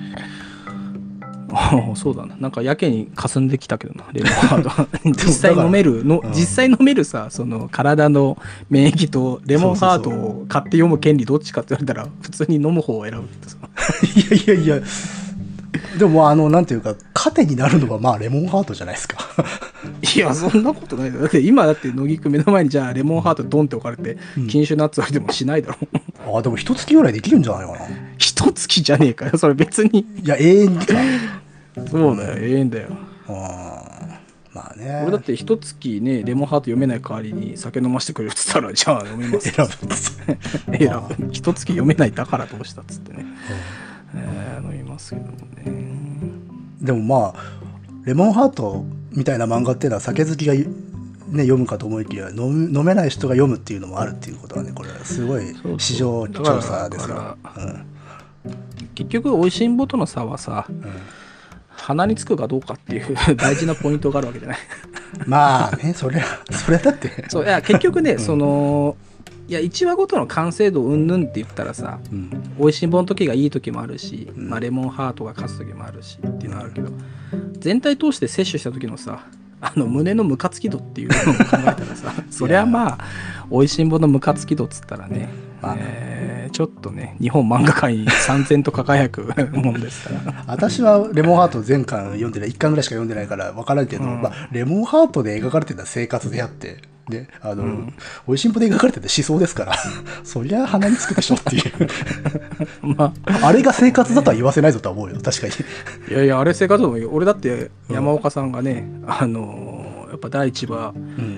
ああ、そうだな。なんかやけに霞んできたけどな、レモンハート。実際飲めるの、うん、実際飲めるさ、その体の免疫とレモンハートを買って読む権利どっちかって言われたら普通に飲む方を選ぶってさ。 いやいやいや。でもあのなんていうか糧になるのはまあレモンハートじゃないですか。 いやそんなことないだろ。だって今だって乃木くん目の前にじゃあレモンハートドンって置かれて禁酒ナッツ置いてもしないだろ。 うん、あでも一月ぐらいできるんじゃないかな。 一月じゃねえかよそれ別に。 いや永遠にか。 そうだよ、永遠だよ。 あまあね。 俺だって一月ねレモンハート読めない代わりに酒飲ませてくれるっつったらじゃあ飲みます。選ぶ。選ぶ。一月読めないだからどうしたっつってね。えー、飲みますけどもね。 でもまあレモンハートみたいな漫画っていうのは酒好きが、ね、読むかと思いきや 飲, 飲めない人が読むっていうのもあるっていうことはね、これはすごい市場調査ですよ。うん、 結局おいしんぼとの差はさ、うん、鼻につくかどうかっていう大事なポイントがあるわけじゃない。 まあね、それそれだってそういや結局ね、うん、そのいやいちわごとの完成度うんぬんって言ったらさ、うん、おいしんぼの時がいい時もあるし、うんまあ、レモンハートが勝つ時もあるしっていうのはあるけど、全体通して摂取した時のさあの胸のムカつき度っていうのを考えたらさそりゃまあおいしんぼのムカつき度っつったらね、まあえー、ちょっとね日本漫画界に燦然と輝くもんですから私はレモンハート全巻読んでないいっかんぐらいしか読んでないから分からんけど、うんまあ、レモンハートで描かれてるのは生活であってであの、うん、おいしんぼで描かれてる思想ですからそりゃ鼻につくでしょっていうまああれが生活だとは言わせないぞとは思うよ確かに。 いやいやあれ生活だと思うよ。俺だって山岡さんがね、うん、あのやっぱ第一は、うん、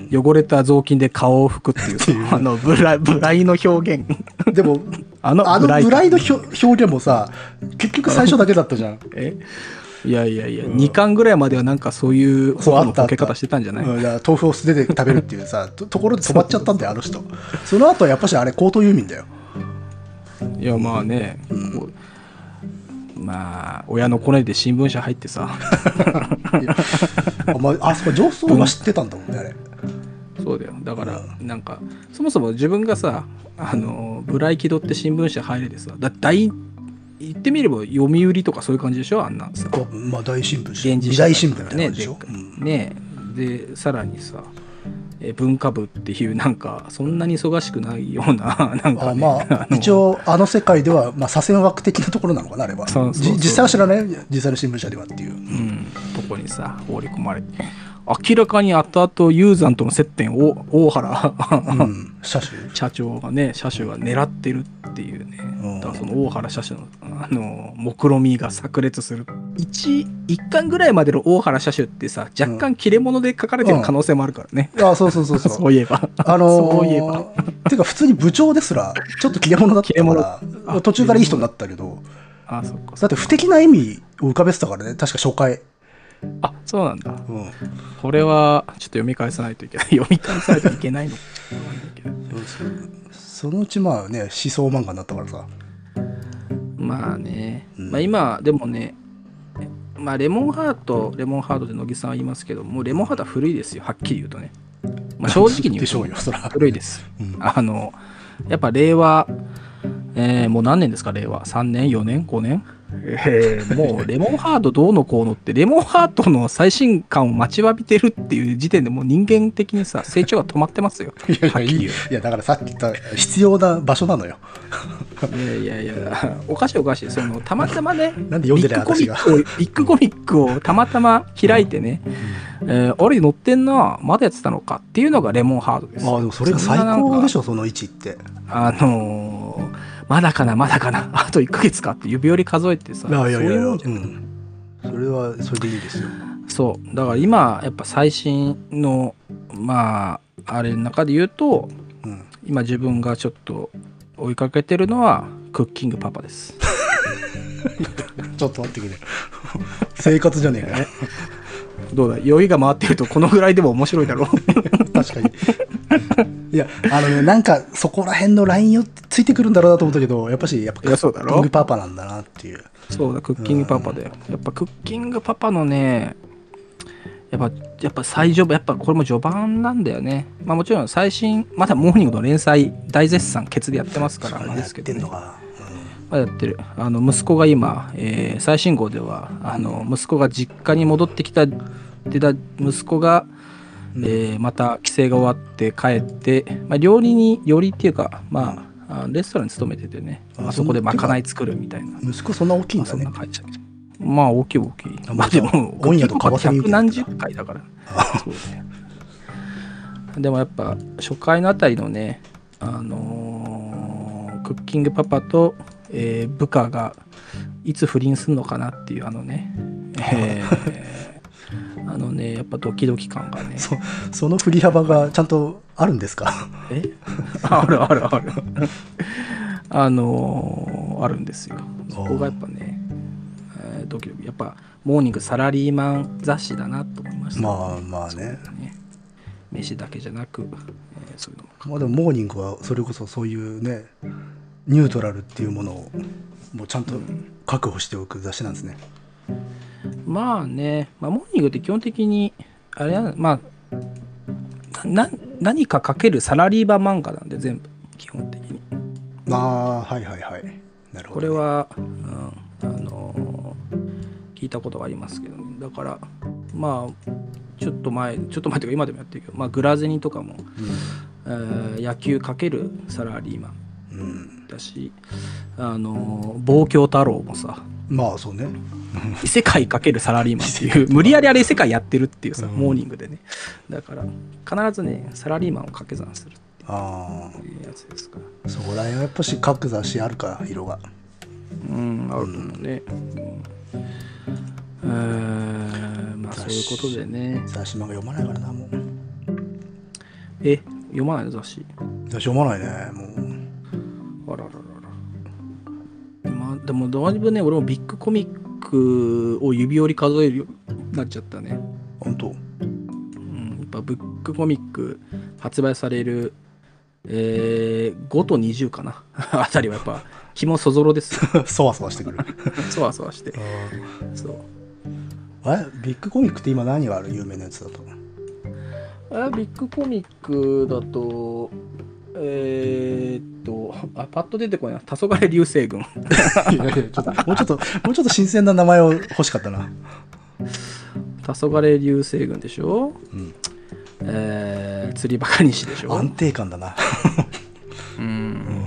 汚れた雑巾で顔を拭くっていう、うん、あのブラブライの表現でもあのブライの表現もさ結局最初だけだったじゃん。えいやいやいや、うん、にかんぐらいまではなんかそういう方のボケ方してたんじゃない？ うん、いや豆腐を素手で食べるっていうさと, ところで止まっちゃったんだよあの人。その後はやっぱしあれ高等遊民だよ。 いやまあね、うん、まあ親のコネで新聞社入ってさあ, まあそこ上層は知ってたんだもんねあれ。 そうだよ。だからなんか、うん、そもそも自分がさあのブライ気取って新聞社入れてさだ大言ってみれば読売とかそういう感じでしょあんなさ。 まあ大新聞現時代新聞みたいな感じでしょ。 ねで、でさらにさえ文化部っていうなんかそんなに忙しくないようななんか、ね、 あまあ一応あの世界ではまあ左遷枠的なところなのかなあれは。そうそうそう実際は知らない実際の新聞社ではっていう、うん、 とこにさ放り込まれて明らかに後々ユーザーとの接点を大原、うん、社, 社長がね社主が狙ってるっていうね、うん、だからその大原社主のあの目論みが炸裂する 1, いっかんぐらいまでの大原社主ってさ若干切れ物で書かれてる可能性もあるからね、 うん、あそうそうそうそうそういえばあのー、そういえばてか普通に部長ですらちょっと切れ物だったから途中からいい人になったけどあそっかだって不敵な意味を浮かべてたからね確か初回。 あそうなんだ、うん、これはちょっと読み返さないといけない読み返さないといけないのそのうちまあね思想漫画になったからさまあね、うん、まあ今でもねまあレモンハートレモンハートで乃木さんは言いますけどもうレモンハートは古いですよはっきり言うとね、まあ、正直に言うと古いです、うん、あのやっぱ令和、えー、もう何年ですか令和さんねんよねんごねんえー、もうレモンハートどうのこうのってレモンハートの最新刊を待ちわびてるっていう時点でもう人間的にさ成長が止まってますよ。 いやいやいいいやだからさっき言った必要な場所なのよ。 いやいやいやおかしいおかしいそのたまたまねなんで読んでない私がビッグコミックをたまたま開いてね、うんえー、あれ載ってんなまだやってたのかっていうのがレモンハートです。 あでもそれが最高でしょその位置って。 あのーまだかなまだかなあといっかげつかって指折り数えてさ。 いやいやいやいやうん、それはそれでいいですよ。 そうだから今やっぱ最新のまああれの中で言うと、うん、今自分がちょっと追いかけてるのはクッキングパパです。 ちょっと待ってくれ生活じゃねえかね。 どうだ酔いが回ってるとこのぐらいでも面白いだろう。 確かに。いやあのねなんかそこら辺のラインをついてくるんだろうなと思ったけどやっぱしやっぱクッキングパパなんだなっていう。 そうだクッキングパパで、うん、やっぱクッキングパパのねやっぱやっぱ最序盤やっぱこれも序盤なんだよね。まあもちろん最新まだモーニングの連載大絶賛ケツでやってますからなんですけどね。まだやってる。あの息子が今、えー、最新号ではあの息子が実家に戻ってきた出た息子がうんえー、また帰省が終わって帰って、まあ、料理に料理っていうか、まあ、レストランに勤めててね、あそこでまかない作るみたいな。 息子そんな大きいんだね。 まあ大きい大きい。まあでもオンヤとか百何十回だから。そうね。でもやっぱ初回のあたりのね、あのー、クッキングパパと、えー、部下がいつ不倫するのかなっていうあのね。えーあのね、やっぱドキドキ感がねそ, その振り幅がちゃんとあるんですか？ えあるあるあるあのー、あるんですよ。そこがやっぱね、えー、ドキドキやっぱモーニングサラリーマン雑誌だなと思いました、 ね、まあまあ ね, ね飯だけじゃなく、えー、そういうのもまあでもモーニングはそれこそそういうねニュートラルっていうものをもうちゃんと確保しておく雑誌なんですね、 うんまあね、まあ、モーニングって基本的にあれはまあな何かかけるサラリーマン漫画なんで全部基本的に。 ああはいはいはいなるほど、ね、 これは、うん、あのー、聞いたことがありますけどね。だからまあちょっと前ちょっと前とか今でもやってるけど、まあ、グラゼニとかも、うんえー、野球かけるサラリーマンだし、うん、あのー、望郷太郎もさまあそうね異世界かけるサラリーマンっていう無理やりあれ異世界やってるっていうさ、うん、モーニングでねだから必ずねサラリーマンを掛け算するっていうやつですから。 そこら辺はやっぱし各雑誌あるか色がうんあると思うね、うん、えー、まあそういうことでね雑誌漫画読まないからなもう。 え読まないの雑誌雑誌読まないねもう。 あららららまあでもだいぶね俺もビッグコミックを指折り数えるようになっちゃったね。 本当、 うん、やっぱブックコミック発売される、えー、ごとにじゅうかなあたりはやっぱ気もそぞろですよそわそわしてくるそわそわしてそうあれビッグコミックって今何がある有名なやつだと。 あビッグコミックだとえー、っとあパッと出てこないな黄昏流星群いやいやちょっともうちょっともうちょっと新鮮な名前を欲しかったな。 黄昏流星群でしょ、うんえー、釣りバカ西でしょ。 安定感だなうん、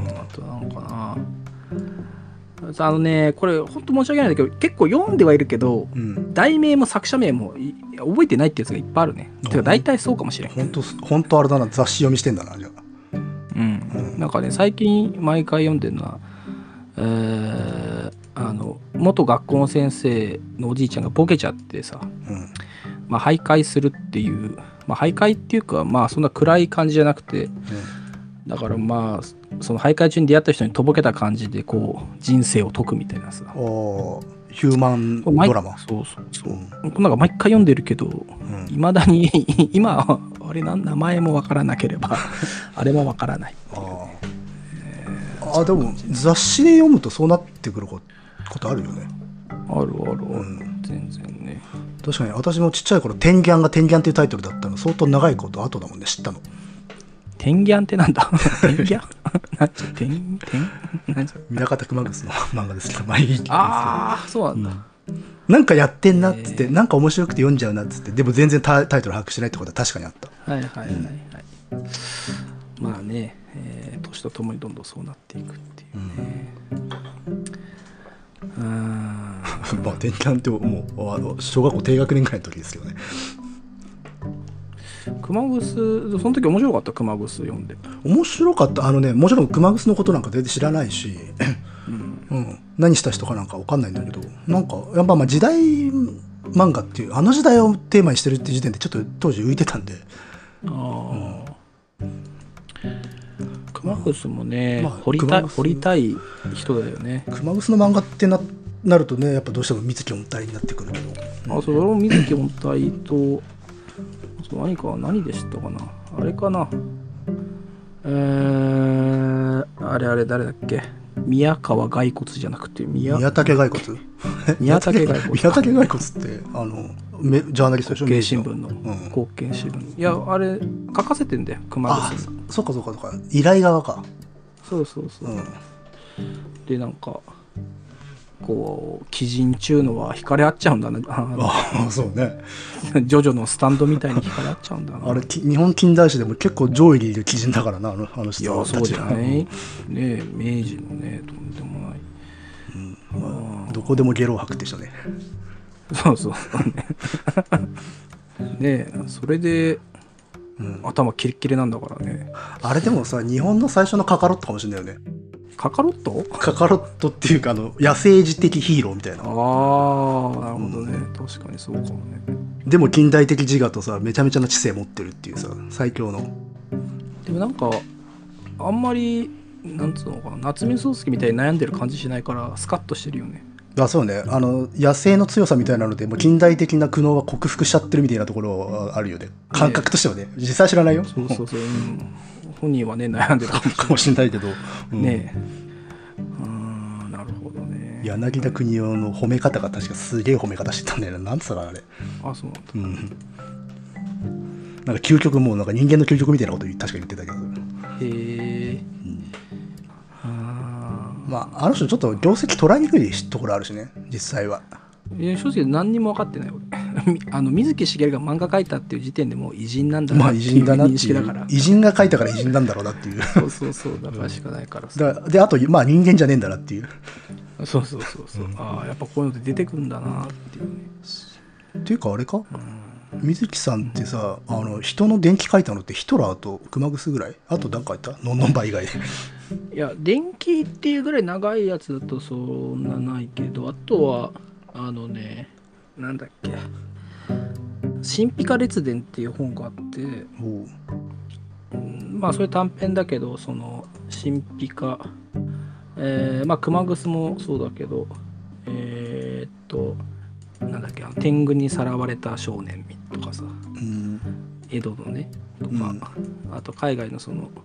あとなんかなあのねこれ本当申し訳ないんだけど結構読んではいるけど、うん、題名も作者名も覚えてないってやつがいっぱいあるね。てか大体そうかもしれん。 本当本当あれだな雑誌読みしてんだなじゃあ。 うん、うん、なんかね最近毎回読んでるのは、えー、あの元学校の先生のおじいちゃんがボケちゃってさ、うんまあ、徘徊するっていう、まあ、徘徊っていうかまあそんな暗い感じじゃなくて、うん、だからまあその徘徊中に出会った人にとぼけた感じでこう人生を解くみたいなさおヒューマンドラマ。 そうそうそう、うん、なんか毎回読んでるけどいま、うん、だに今あれな名前もわからなければあれもわからない。 あ、えー、あでも雑誌で読むとそうなってくることあるよね。 あるある、うん、全然ね。 確かに私もちっちゃい頃テンギャンがテンギャンっていうタイトルだったの相当長いこと後だもんね知ったの。 天ギャンってなんだ天ギャンなんちゃ天天なんちゃ南方熊楠の漫画ですけど、まあいいですけど。 ああ、そうなんだ、 うん、なんかやってんなっつって、えー、なんか面白くて読んじゃうなっつって、でも全然タイトル把握してないってことは確かにあった。 はいはいはいはい、うん、まあね、えー、年とともにどんどんそうなっていくっていうね、うん、 あまあ天ギャンってもうあの小学校低学年ぐらいの時ですけどね。 熊楠、その時面白かった。熊楠読んで面白かった。あのね、もちろん熊楠のことなんか全然知らないし、うんうん、何した人かなんか分かんないんだけど、なんかやっぱまあ時代漫画っていうあの時代をテーマにしてるって時点でちょっと当時浮いてたんで、あ、 うん、熊楠もね、まあ、掘りたい掘りたい人だよね。 熊楠の漫画ってななるとね、やっぱどうしても水木音体になってくるけど、 うん、あ、それも水木音体と何か何で知ったかな、あれかな、えー、あれあれ誰だっけ、宮川骸骨じゃなくて 宮, 宮武骸骨宮武骸骨宮武骸骨ってあのジャーナリストでしょ。 貢献新聞の、うん、貢献新聞、いやあれ書かせてんだよ熊楠に。 そうかそうかそうか、依頼側か。 そうそうそう、うん、でなんかこう鬼人ちゅうのは惹かれ合っちゃうんだね。 ああそうねジョジョのスタンドみたいに惹かれ合っちゃうんだな。 あれ日本近代史でも結構上位にいる鬼人だからな、あの、あの人たち。 いやそうじゃないねえ、明治のねとんでもない、 うん、まあ、どこでもゲロを吐くでしょうね。 そうそうねえ、それで、うん、頭キレッキレなんだからね。 あれでもさ、日本の最初のカカロットかもしれないよね。 カカロットカカロットっていうか、あの野生児的ヒーローみたいな。 ああ、なるほどね、うん、確かにそうかもね。 でも近代的自我とさ、めちゃめちゃな知性持ってるっていうさ、最強の。 でもなんかあんまりなんつうのかな、夏目漱石みたいに悩んでる感じしないからスカッとしてるよね。 あ、そうね、あの野生の強さみたいなのでもう近代的な苦悩は克服しちゃってるみたいなところはあるよね、感覚としてはね。実際知らないよ。 そうそうそう、うん、本人はね悩んでたかもしれないけど、 うん、ねえ、うん、なるほどね。 柳田国男の褒め方が確かすげえ褒め方してたんだよな。なんつったかあれ。 あ、そうなんだ、 うん、なんか究極、もうなんか人間の究極みたいなこと確か言ってたけど。へえ、 うん、まああの人ちょっと業績捉えにくいところあるしね、実際は。 いや正直何にも分かってない俺あの水木しげるが漫画描いたっていう時点でもう偉人なんだなっていう認識だから、まあ、 偉人が描いたから偉人なんだろうなっていうそうそうそうだからしかないからさ、だであとまあ人間じゃねえんだなっていう。 そうそうそうそう、うん、ああやっぱこういうので出てくるんだなっていうね。 っていうかあれか、うん、水木さんってさ、あの人の伝記書いたのってヒトラーと熊楠ぐらい？あと何か書いた？のんのんば以外で。 いや伝記っていうぐらい長いやつだとそんなないけど、あとはあのね、なんだっけ、神秘家列伝っていう本があって、うん、まあそれ短編だけど、その神秘家、えー、まあ熊楠もそうだけど、えー、っとなんだっけ、天狗にさらわれた少年とかさ、うん、江戸のねとか、うん、あと海外のその、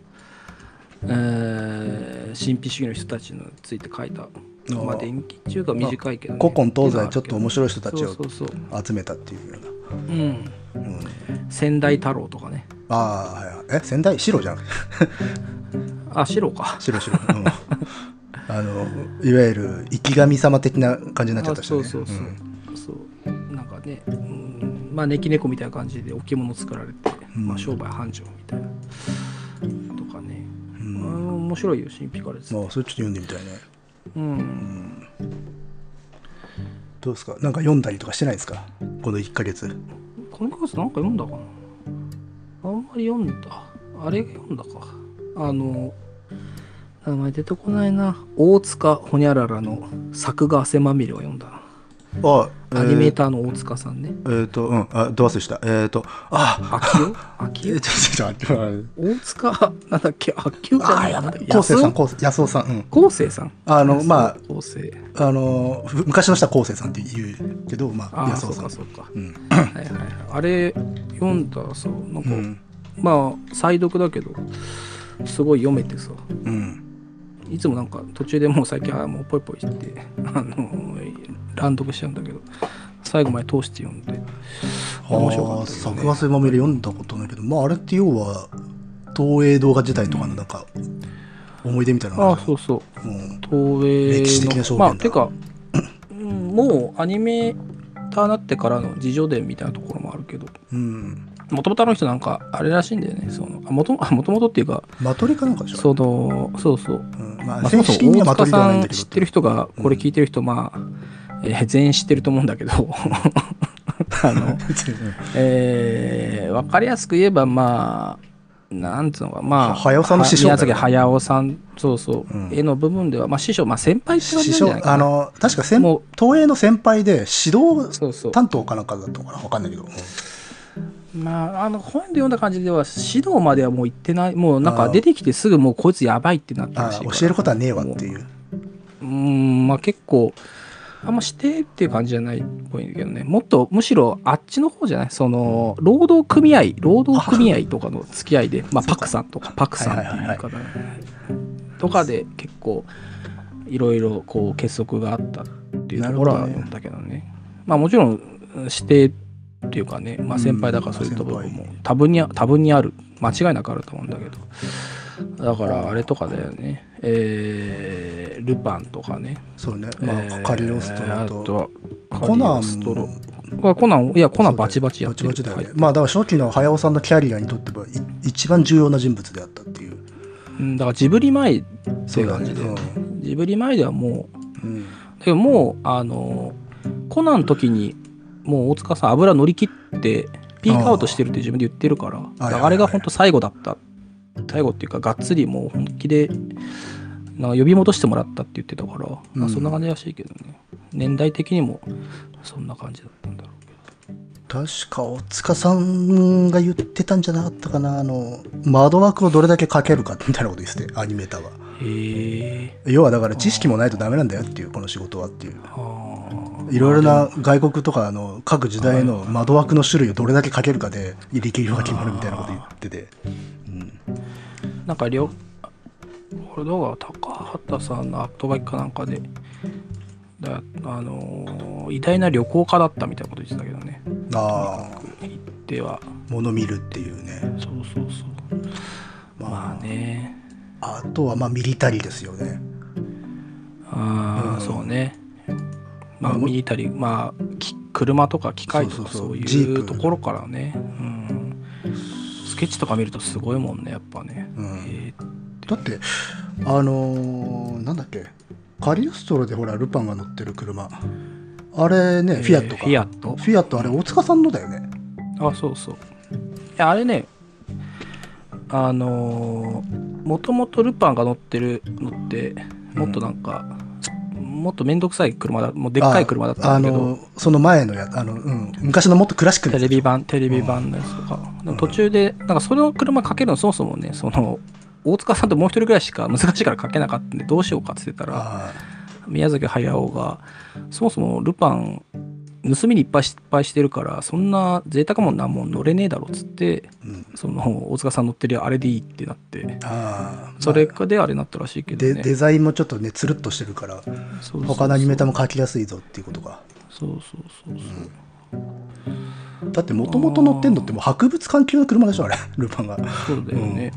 えー、神秘主義の人たちについて書いた、まあ電気っていうか短いけど、ね、 古今東西ちょっと面白い人たちを集めたっていうような。 うん、うん、仙台太郎とかね。 ああ、はい、え仙台白じゃんあ、白か、 白白、うん、あのいわゆる生き神様的な感じになっちゃった人ね。 そうそうそう、うん、そうなんかね、うん、まあ猫猫みたいな感じで置物作られて、うん、まあ、商売繁盛みたいなとかね、うん、あの面白いよ神秘家ですね。 まあそれちょっと読んでみたいね。 うん、うん、 どうですか、なんか読んだりとかしてないですか、このいっかげつ。 このいっかげつなんか読んだかな。あんまり読んだ、あれ読んだか、あの名前出てこないな、大塚ほにゃららの作画汗まみれを読んだな。 あ、 えー、アニメーターの大塚さんね。 えっ、ー、とうんあど忘れした。えっ、ー、とあ秋代秋代ちょっと待って、 大塚なんだっけ、秋代じゃないかな、 昴生さん、安尾さん、うん、 昴生さん、 あのまあ昴生、 あの昔の人は昴生さんって言うけど、まあ安尾さん、 そうかそうか、うん、はいはいはい、あれ読んだらさ、なんか、うん、まあ再読だけどすごい読めてさ、うん、いつもなんか途中でもう最近はもうポイポイしてあの乱読しちゃうんだけど、最後まで通して読んで面白かった、ね。 作画汗まみれ読んだことないけど、まああれって要は東映動画時代とかのなんか思い出みたいなのがある、あそうそう、うん、東映の歴史的な証言だ、まあてかもうアニメーターになってからの自叙伝みたいなところもあるけど、もともとあの人なんかあれらしいんだよね、そのもともとっていうかマトリかなんかでしょ、 そのそうそう、うんまあ、まあ、そもそも大塚さん知ってる人がこれ聞いてる人、うん、まあ、えー、全員知ってると思うんだけどあの、えー、分かりやすく言えばまあなんつうのか、まあ早尾さんの師匠、 宮崎駿さん、そうそう、うん、絵の部分ではまあ師匠、まあ先輩って感じなんじゃないかな。 あの確か先東映の先輩で指導担当かなんかだったのかな、分かんないけど。 まあ、あの本で読んだ感じでは指導まではもう行ってない、もうなんか出てきてすぐもうこいつやばいってなったらしいから、 教えることはねえわっていう。 うーん、まあ結構あんましてっていう感じじゃないっぽいんだけどね、もっとむしろあっちの方じゃない、その労働組合労働組合とかの付き合いで、まあ、パクさんとかパクさんっていう言い方とかで結構いろいろこう結束があったっていうところは読んだけどね、まあもちろん指定っていうかね、まあ、先輩だからそういった部分も多分に多分にある、間違いなくあると思うんだけど、だからあれとかだよね、えー、ルパンとかね、 そうね、まあ、えー、カリオストロと、あとはコナン、コナン、いや、コナンバチバチやってるって書いて、 バチバチだよね。まあ、だから初期の早尾さんのキャリアにとっては一番重要な人物であったっていう。 うん、だからジブリ前って感じで、ね、うん、ジブリ前ではもう、うん、だけどもう、あの、コナンの時に、もう大塚さん油乗り切ってピークアウトしてるって自分で言ってるから、あ, あ, あれが本当最後だった、最後っていうかがっつりもう本気でなんか呼び戻してもらったって言ってたから、うん、まあ、そんな感じらしいけどね、年代的にもそんな感じだったんだろうけど。確か大塚さんが言ってたんじゃなかったかな、あの窓枠をどれだけかけるかみたいなこと言ってて、アニメーターは。へー、要はだから知識もないとダメなんだよっていう、この仕事はっていう。いろいろな外国とかの各時代の窓枠の種類をどれだけかけるかで力量が決まるみたいなこと言ってて、うん、 なんかりょこれ動画は高畑さんの後書きかなんかでだ、あのー、偉大な旅行家だったみたいなこと言ってたけどね。ああ、行っては物見るっていうね。 そうそうそう、まあ、まあね、 あとはまあミリタリーですよね。 ああ、うん、そうね、まあ、ミリタリー、まあ、車とか機械とかそういうところからね、うん、スケッチとか見るとすごいもんね、やっぱね、うん、えー、だってあのー、なんだっけ、カリオストロでほらルパンが乗ってる車、あれね、えー、フィアットか、 フィアットフィアット、あれ大塚さんのだよね。 あ、そうそう、いやあれね、あのー、もともとルパンが乗ってるのってもっとなんか、うん、もっとめんどくさい車だ、もうでっかい車だったんだけど、あのその前のやあの、うん、昔のもっとクラシックなテレビ版テレビ版のやつとか、うん、途中でなんかそれの車かけるのそもそもね、その大塚さんともう一人ぐらいしか難しいからかけなかったんでどうしようかって言ってたら、宮崎駿がそもそもルパン盗みにいっぱい失敗してるからそんな贅沢もんなんも乗れねえだろっつって、うん、その大塚さん乗ってるあれでいいってなって、あ、それであれになったらしいけどね、 デ, デザインもちょっとねつるっとしてるからそうそうそう、他のアニメーターも描きやすいぞっていうことか。 そうそうそうそう、 うん、だってもともと乗ってんのってもう博物館級の車でしょあれルパンが。 そうだよね、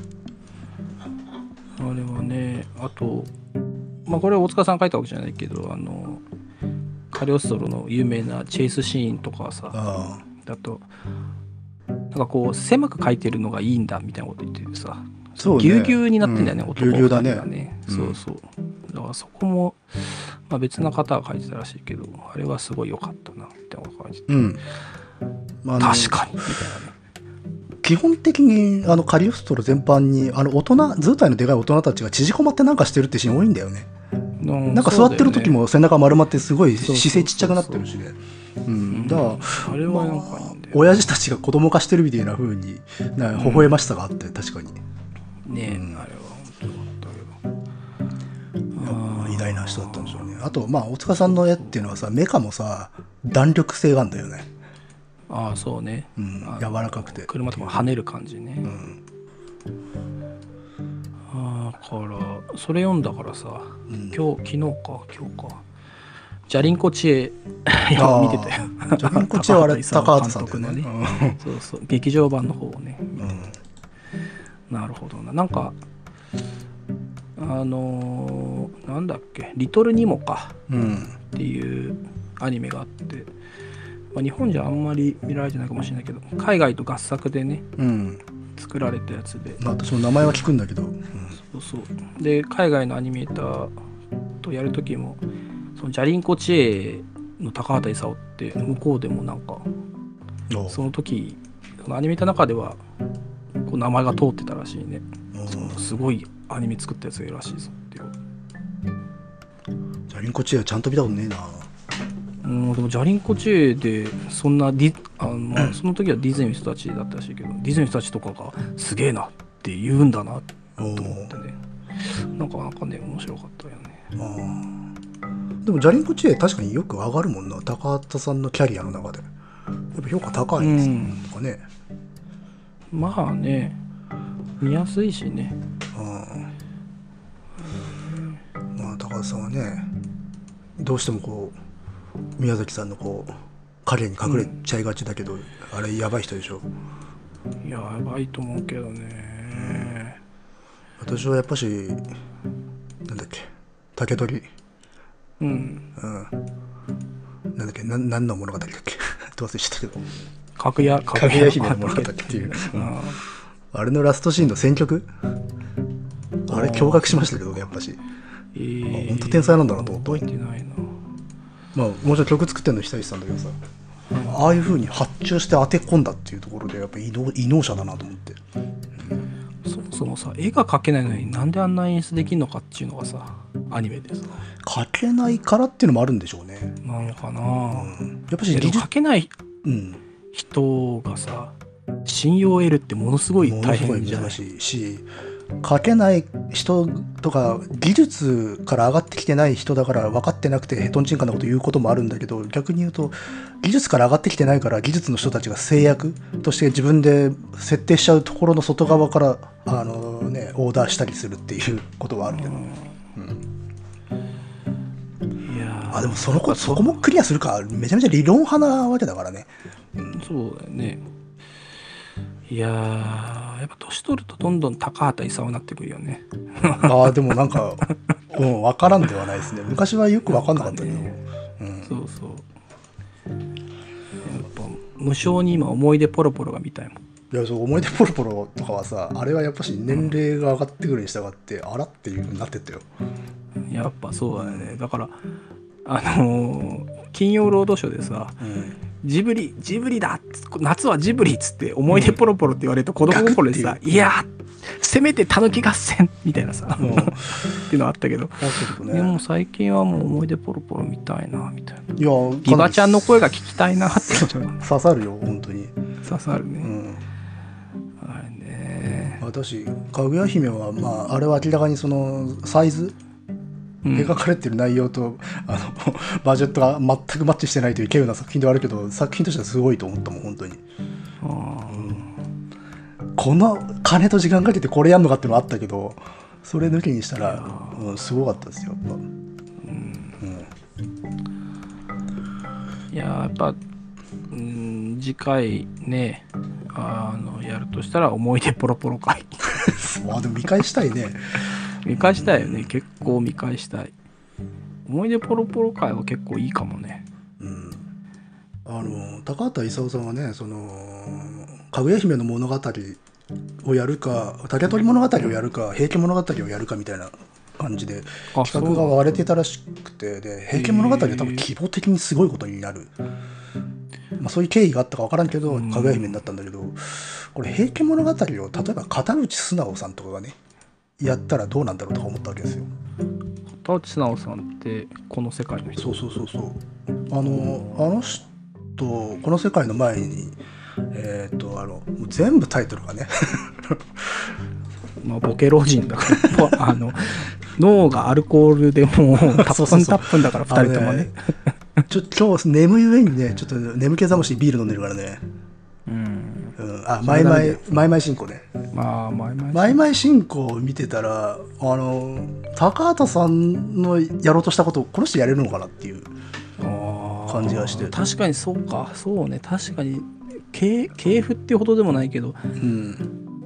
うん、あれはね、あとまあこれは大塚さん書いたわけじゃないけど、あのカリオストロの有名なチェイスシーンとかさ、あだとなんかこう狭く描いてるのがいいんだみたいなこと言っててさ、そうね、ぎゅうぎゅうになってんだよね、うん、男の子がね、うん、そうそう、だからそこも、まあ、別な方が描いてたらしいけど、あれはすごい良かったなみたいな感じで、うん、まあ、確かにみたいなね。 基本的にあのカリオストロ全般にあの大人図体のでかい大人たちが縮こまってなんかしてるってシーン多いんだよね。なんか座ってる時も背中丸まってすごい姿勢ちっちゃくなってるしね。だからあれはなんかいいんだよ、親父たちが子供化してるみたいな風にな微笑ましさがあって確かにねえ、うん、あれは本当だったけど、偉大な人だったんでしょうね。あとまあ大塚さんの絵っていうのはさ、メカもさ弾力性があるんだよね。 ああそうね、 うん、柔らかくて車とか跳ねる感じね、うん、ああ、だからそれ読んだからさ、うん、今日昨日か今日かジャリンコ知恵見てたよ。 ジャリンコ知恵はあれ高畑さんだよね、 ね、うん、そうそう劇場版の方をね、 なるほどな。なんかあのー、なんだっけリトルニモか、うん、っていうアニメがあって、まあ、日本じゃあんまり見られてないかもしれないけど海外と合作でね、うん、作られたやつで、 まあ、私も名前は聞くんだけど、うん、 そうそうで海外のアニメーターとやるときもそのジャリンコ知恵の高畑勲って向こうでもなんかその時そのアニメーターの中ではこう名前が通ってたらしいね。そのすごいアニメ作ったやつがいるらしいぞっていう。 ジャリンコ知恵ちゃんと見たことねえな。 うん、でもジャリンコ知恵でそんなディあの、まあ、その時はディズニーの人たちだったらしいけど、ディズニーの人たちとかがすげえなって言うんだなと思ってね、なんかなんかね面白かったよね。 あでもジャリンコ知恵確かによく上がるもんな、高畑さんのキャリアの中でやっぱ評価高いんですよ、うん、とかね。 まあね見やすいしね。 うん、まあ高畑さんはねどうしてもこう宮崎さんのこう影に隠れちゃいがちだけど、うん、あれやばい人でしょ。 いややばいと思うけどね、 うん、私はやっぱしなんだっけ竹取うん、うん、なんだっけな何の物語だっけどう忘れちゃったけどかぐやかぐや姫の物語っていう、うん、あれのラストシーンの選曲あれ驚愕しましたけどねやっぱし、えー、本当天才なんだなと思った。 覚えてないな。 まあもちろん曲作ってるの久石さんだけどさ、うん、ああいう風に発注して当て込んだっていうところでやっぱ異能、異能者だなと思って、 うん、そもそもさ絵が描けないのになんであんな演出できるのかっていうのがさアニメでさ描けないからっていうのもあるんでしょうね。 なのかな、 うん、やっぱし描けない人がさ信用を得るってものすごい大変じゃない。 しし書けない人とか技術から上がってきてない人だから分かってなくてヘトンチンカンなこと言うこともあるんだけど、逆に言うと技術から上がってきてないから技術の人たちが制約として自分で設定しちゃうところの外側からあの、ね、オーダーしたりするっていうことはあるけど、うん、いやあでもそのこそこもクリアするかめちゃめちゃ理論派なわけだからね、 うん、そうだよね。いやーやっぱ年取るとどんどん高畑勲になってくるよねああでもなんか、うん、分からんではないですね。昔はよく分かんなかったけど、ねうん、そうそうやっぱ無性に今思い出ポロポロが見たいもん。 いやそう思い出ポロポロとかはさあれはやっぱし年齢が上がってくるに従って、うん、あらっていう風になってったよ。 やっぱそうだよね。だからあのー、金曜ロードショーでさ、うんジブリジブリだ夏はジブリっつって思い出ポロポロって言われると子供心でさ、うん、いやせめてたぬき合戦みたいなさ、うん、っていうのあったけど、ね、でも最近はもう思い出ポロポロ見たいなみたいな。いやリバちゃんの声が聞きたいなって刺さるよ本当に刺さるね、うん、 あれね私かぐや姫はまああれは明らかにそのサイズ描かれてる内容とあのバジェットが全くマッチしてないという稀有な作品ではあるけど作品としてはすごいと思ったもん本当に。あ、うん、この金と時間かけてこれやんのかっていうのはあったけどそれ抜きにしたら、うん、すごかったですよやっぱ、うんうん、いややっぱ、うん、次回ねあのやるとしたら思い出ポロポロ回まあでも見返したいね見返したいよね、うん、結構見返したい。思い出ポロポロ回は結構いいかもね。うん、 あの高畑勲さんはねそのかぐや姫の物語をやるか竹取物語をやるか平家物語をやるかみたいな感じで企画が割れてたらしくて、で平家物語は多分規模的にすごいことになる、まあ、そういう経緯があったか分からんけどかぐや姫になったんだけど、これ平家物語を例えば片内素直さんとかがねやったらどうなんだろうとか思ったわけですよ。 片内素直さんってこの世界の人。 そうそうそうそうあのあの人この世界の前にえっ、ー、とあの全部タイトルがねまあボケ老人だからあの脳がアルコールでもうタップンタップンだからふたりともねちょ今日眠い上にねちょっと眠気覚ましビール飲んでるからね。うん、うん、あマイマイマイマイ進行ね。 まあマイマイマイマイ進行を見てたらあの高畑さんのやろうとしたことをこの人やれるのかなっていう感じがして。 確かにそうかそうね確かに系譜っていうほどでもないけど、うん、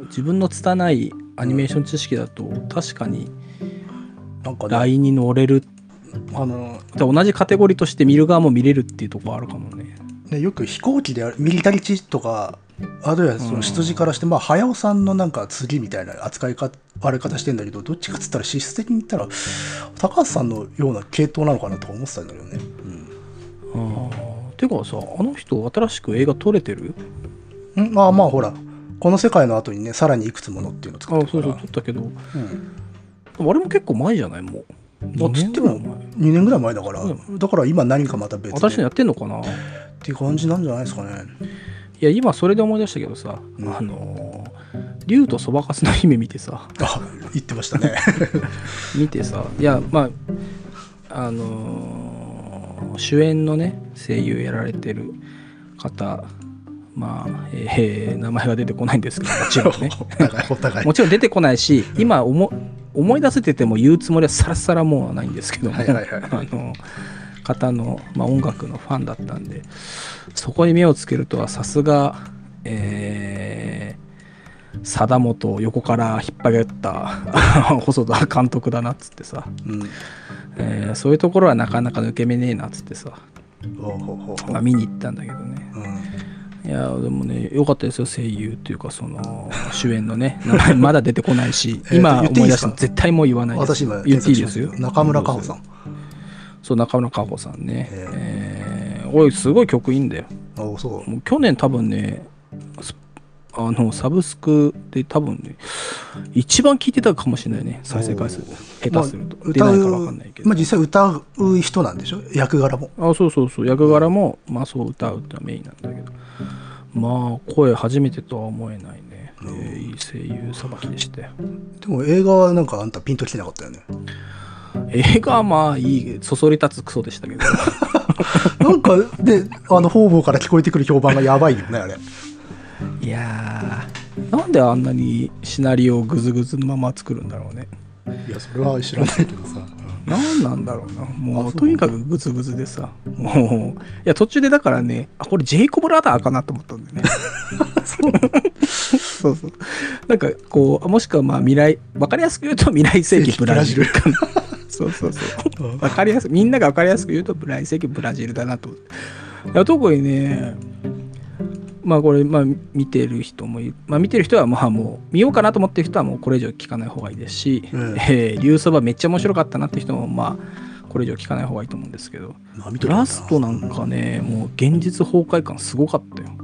自分の拙いアニメーション知識だと、うん、確かになんか、ね、 ラインに乗れる、あの同じカテゴリーとして見る側も見れるっていうところあるかもね。 ね、よく飛行機でミリタリチとかあるいはその出自からして、うん、まあ早尾さんのなんか次みたいな扱いかあれ方してんだけど、どっちかっつったら資質的に言ったら高橋さんのような系統なのかなとか思ってたんだけどね。 うん、あてかさ、あの人新しく映画撮れてる？ んまあまあほらこの世界の後にねさらにいくつものっていうのを作ってるから。 あそうそう撮ったけど、うん、あれも結構前じゃない？もうにねんぐらい前にねんぐらい前だから、うん、だから今何かまた別で私のやってんのかなっていう感じなんじゃないですかね。 いや今それで思い出したけどさ、うん、あの竜とそばかすの姫見てさあ言ってましたね見てさ、いやまああのー、主演のね声優やられてる方、まあ、えー、名前が出てこないんですけど、もちろんねお互いもちろん出てこないし、今思思い出せてても言うつもりはさらさらもうないんですけども、はいはいはい、あの方の、まあ、音楽のファンだったんで、そこに目をつけるとはさすが、えー、貞本を横から引っ張りった細田監督だなっつってさ、うんえー、そういうところはなかなか抜け目ねえなっつってさ、まあ、見に行ったんだけどね、うん、いやでもね良かったですよ。声優っていうかその主演のね名前まだ出てこないし今思い出しても絶対もう言わないです。 私今言っていいですよ。 中村佳穂さん。 そう中村佳穂さんね、えー、おいすごい曲いいんだよ。 あそうもう去年多分ねあのサブスクで多分ね一番聴いてたかもしれないね、再生回数下手すると、まあ、出ないから分かんないけど、 まあ、実際歌う人なんでしょ、役柄も。 あそうそうそう、役柄も、まあ、そう歌うってのはメインなんだけど、まあ声初めてとは思えないね、うんえー、いい声優さばきでしたよ。 でも映画はなんかあんたピンときてなかったよね。 映画はまあいいそそり立つクソでしたけどなんかであの方々から聞こえてくる評判がやばいよねあれ。 いやーなんであんなにシナリオをグズグズのまま作るんだろうね。 いやそれは知らないけどさ何なんだろうな、もうとにかくグズグズでさ、もういや途中でだからね、あこれジェイコブ・ラダーかなと思ったんだよねそうそうそう、なんかこうもしくはまあ未来分かりやすく言うと未来世紀ブラジルかなそうそうそう分かりやすくみんなが分かりやすく言うと未来世紀ブラジルだなと。いや特にねまあこれまあ見てる人もいる、まあ見てる人はまあもう見ようかなと思ってる人はもうこれ以上聞かない方がいいですし、うん、えー、竜そばめっちゃ面白かったなって人もまあこれ以上聞かない方がいいと思うんですけど、ラストなんかねもう現実崩壊感すごかったよ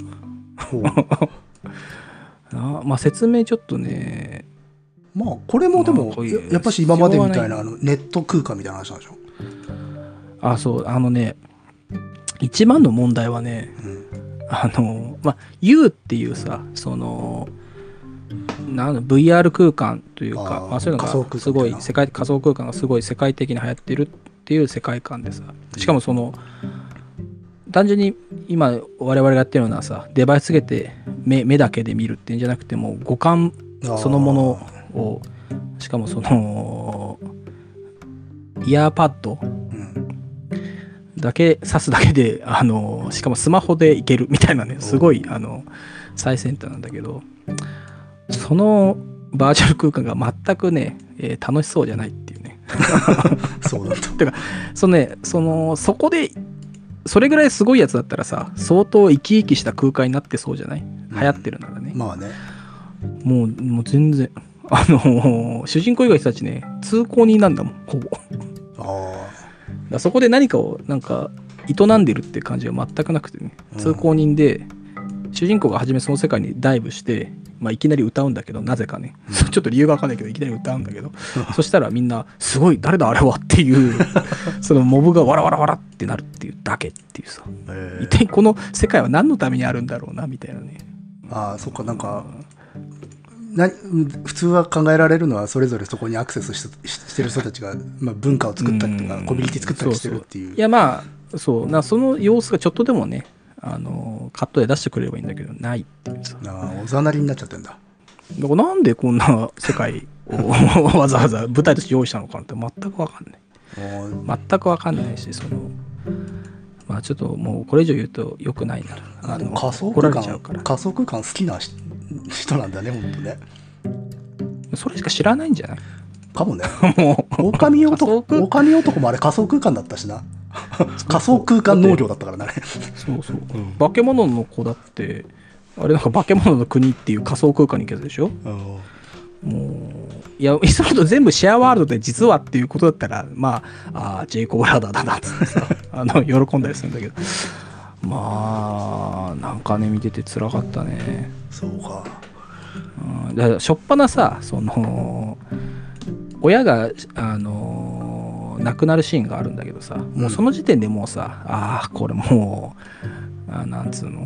あまあ説明ちょっとね、 まあこれもでも、まあ、やっぱし今までみたいなあのネット空間みたいな話なんでしょ。 あそうあのね一番の問題はね、うんあのまあ、U っていうさそのなん ブイアール 空間というか、まあ、そういうのがすごい世界仮想空間がすごい世界的に流行ってるっていう世界観でさ、しかもその単純に今我々がやってるようなさデバイスつけて 目, 目だけで見るっていうんじゃなくても五感そのものをしかもそのイヤーパッドだけ挿すだけであのしかもスマホでいけるみたいなねすごいあの最先端なんだけど、そのバーチャル空間が全くね、えー、楽しそうじゃないっていうねそうだったてかそのねそのそこでそれぐらいすごいやつだったらさ相当生き生きした空間になってそうじゃない、流行ってるならね、 うん、まあねもうもう全然あの主人公以外の人たちね通行人なんだもんほぼ。あだそこで何かをなんか営んでるって感じが全くなくてね、通行人で、うん、主人公が初めその世界にダイブして、まあ、いきなり歌うんだけどなぜかね、うん、ちょっと理由が分かんないけどいきなり歌うんだけどそしたらみんなすごい誰だあれはっていうそのモブがわらわらわらってなるっていうだけっていうさ、一体この世界は何のためにあるんだろうなみたいなね。 ああそっかなんか、な普通は考えられるのはそれぞれそこにアクセス し, してる人たちが、まあ、文化を作ったりとかコミュニティ作ったりしてるっていう。そうそういやまあそうなその様子がちょっとでもねあのカットで出してくれればいいんだけどないっていうさ。 あおざなりになっちゃってんだ。 だからなんでこんな世界をわざわざ舞台として用意したのかなって全く分かんない全く分かんないしそのまあちょっともうこれ以上言うと良くないなあの仮想空間仮想空間好きな人なんだね、ほんとね。 それしか知らないんじゃないかもね。もう狼男狼男もあれ仮想空間だったしな。仮想空間農業だったからね。 そうそう、うん、化け物の子だってあれなんか化け物の国っていう仮想空間に行けたでしょ、うん、もういやいっそのこと全部シェアワールドで実はっていうことだったらまああジェイコブ・ラダーだなっつってさあの喜んだりするんだけど、まあなんかね見てて辛かったね。 そうか、 うん、だからしょっぱなさその親があの亡くなるシーンがあるんだけどさ、もうその時点でもうさ、うん、ああこれもうあなんつうの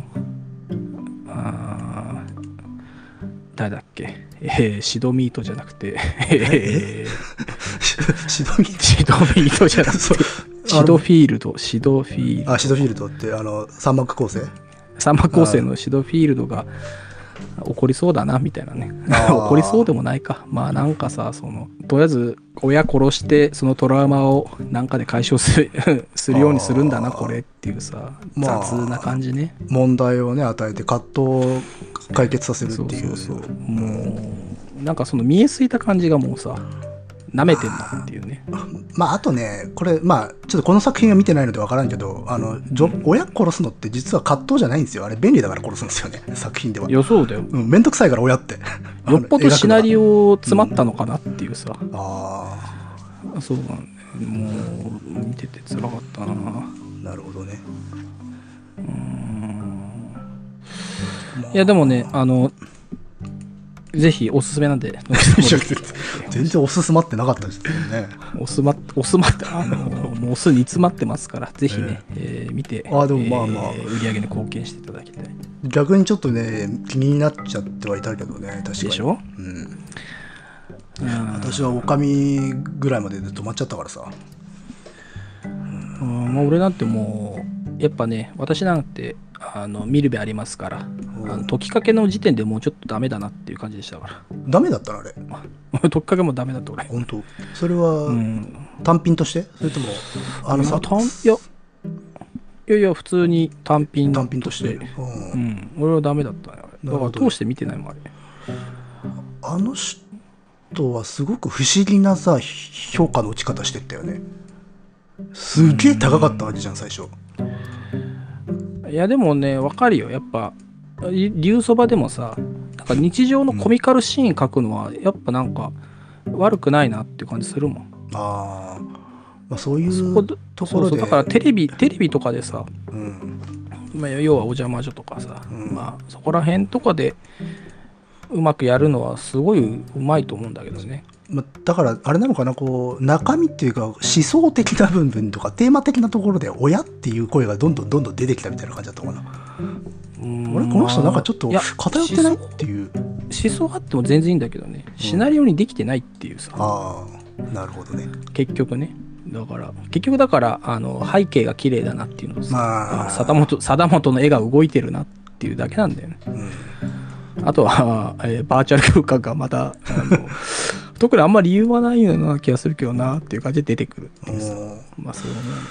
あ誰だっけ、えー、シドミートじゃなくて、えー、シドミートシドミートじゃなくてシドフィールドシドフィールドあシドフィールドってあの三幕構成三幕構成のシドフィールドが起こりそうだなみたいなね起こりそうでもないか、まあなんかさそのとりあえず親殺してそのトラウマをなんかで解消するするようにするんだなこれっていうさ、まあ、雑な感じね。 問題をね与えて葛藤を解決させるっていう、 そうそうそう、もうなんかその見えすいた感じがもうさなめてんなっていうね。 まああとねこれまあちょっとこの作品は見てないので分からんけどあの親殺すのって実は葛藤じゃないんですよ。あれ便利だから殺すんですよね作品では。 いやそうだよ、 うん、めんどくさいから親ってよっぽどシナリオ詰まったのかなっていうさ、うん、 ああそうなんだよ、もう見てて辛かったな。 なるほどね。 うーん、まあ、いやでもねあのぜひおすすめなんで全然おすすまってなかったですけどね。 おすまおすまってあのもうす煮詰まってますからぜひね、えーえー、見てあでもまあまあ、 えー、売り上げに貢献していただきたい。 逆にちょっとね気になっちゃってはいたけどね。確かにでしょ、 うん、うん、私はおかみぐらいまでで止まっちゃったからさ、 うん、もう俺なんてもうやっぱね私なんてあの見る目ありますから、あの解きかけの時点でもうちょっとダメだなっていう感じでしたから。 ダメだったのあれ解きかけもダメだった俺。 本当それは、うん、単品としてそれともあのさ単いやいやいや普通に単品単品として、 うん、うん、俺はダメだったねあれ。だから通して見てないもんあれ。 あの人はすごく不思議なさ評価の打ち方してったよね。すげえ高かったわけじゃん最初。 いやでもね分かるよやっぱ竜そばでもさなんか日常のコミカルシーン描くのはやっぱなんか悪くないなっていう感じするもん。 あ、まあそういうところでそうそうだからテレビテレビとかでさ、 うんまあ、要はお邪魔女とかさ、うん、まあそこら辺とかでうまくやるのはすごいうまいと思うんだけどね。 まあ、だからあれなのかなこう中身っていうか思想的な部分とかテーマ的なところで親っていう声がどんどんどんどん出てきたみたいな感じだったのかな。俺この人なんかちょっと偏ってないっていう思想あっても全然いいんだけどね、うん、シナリオにできてないっていうさ。 ああなるほどね。 結局ねだから結局だからあの背景が綺麗だなっていうのとさ、まあ、貞本貞本の絵が動いてるなっていうだけなんだよね、うん、あとは、えー、バーチャル空間がまたあの特にあんまり理由はないような気がするけどなっていう感じで出てくるっていうさ、まあそうなんだよ。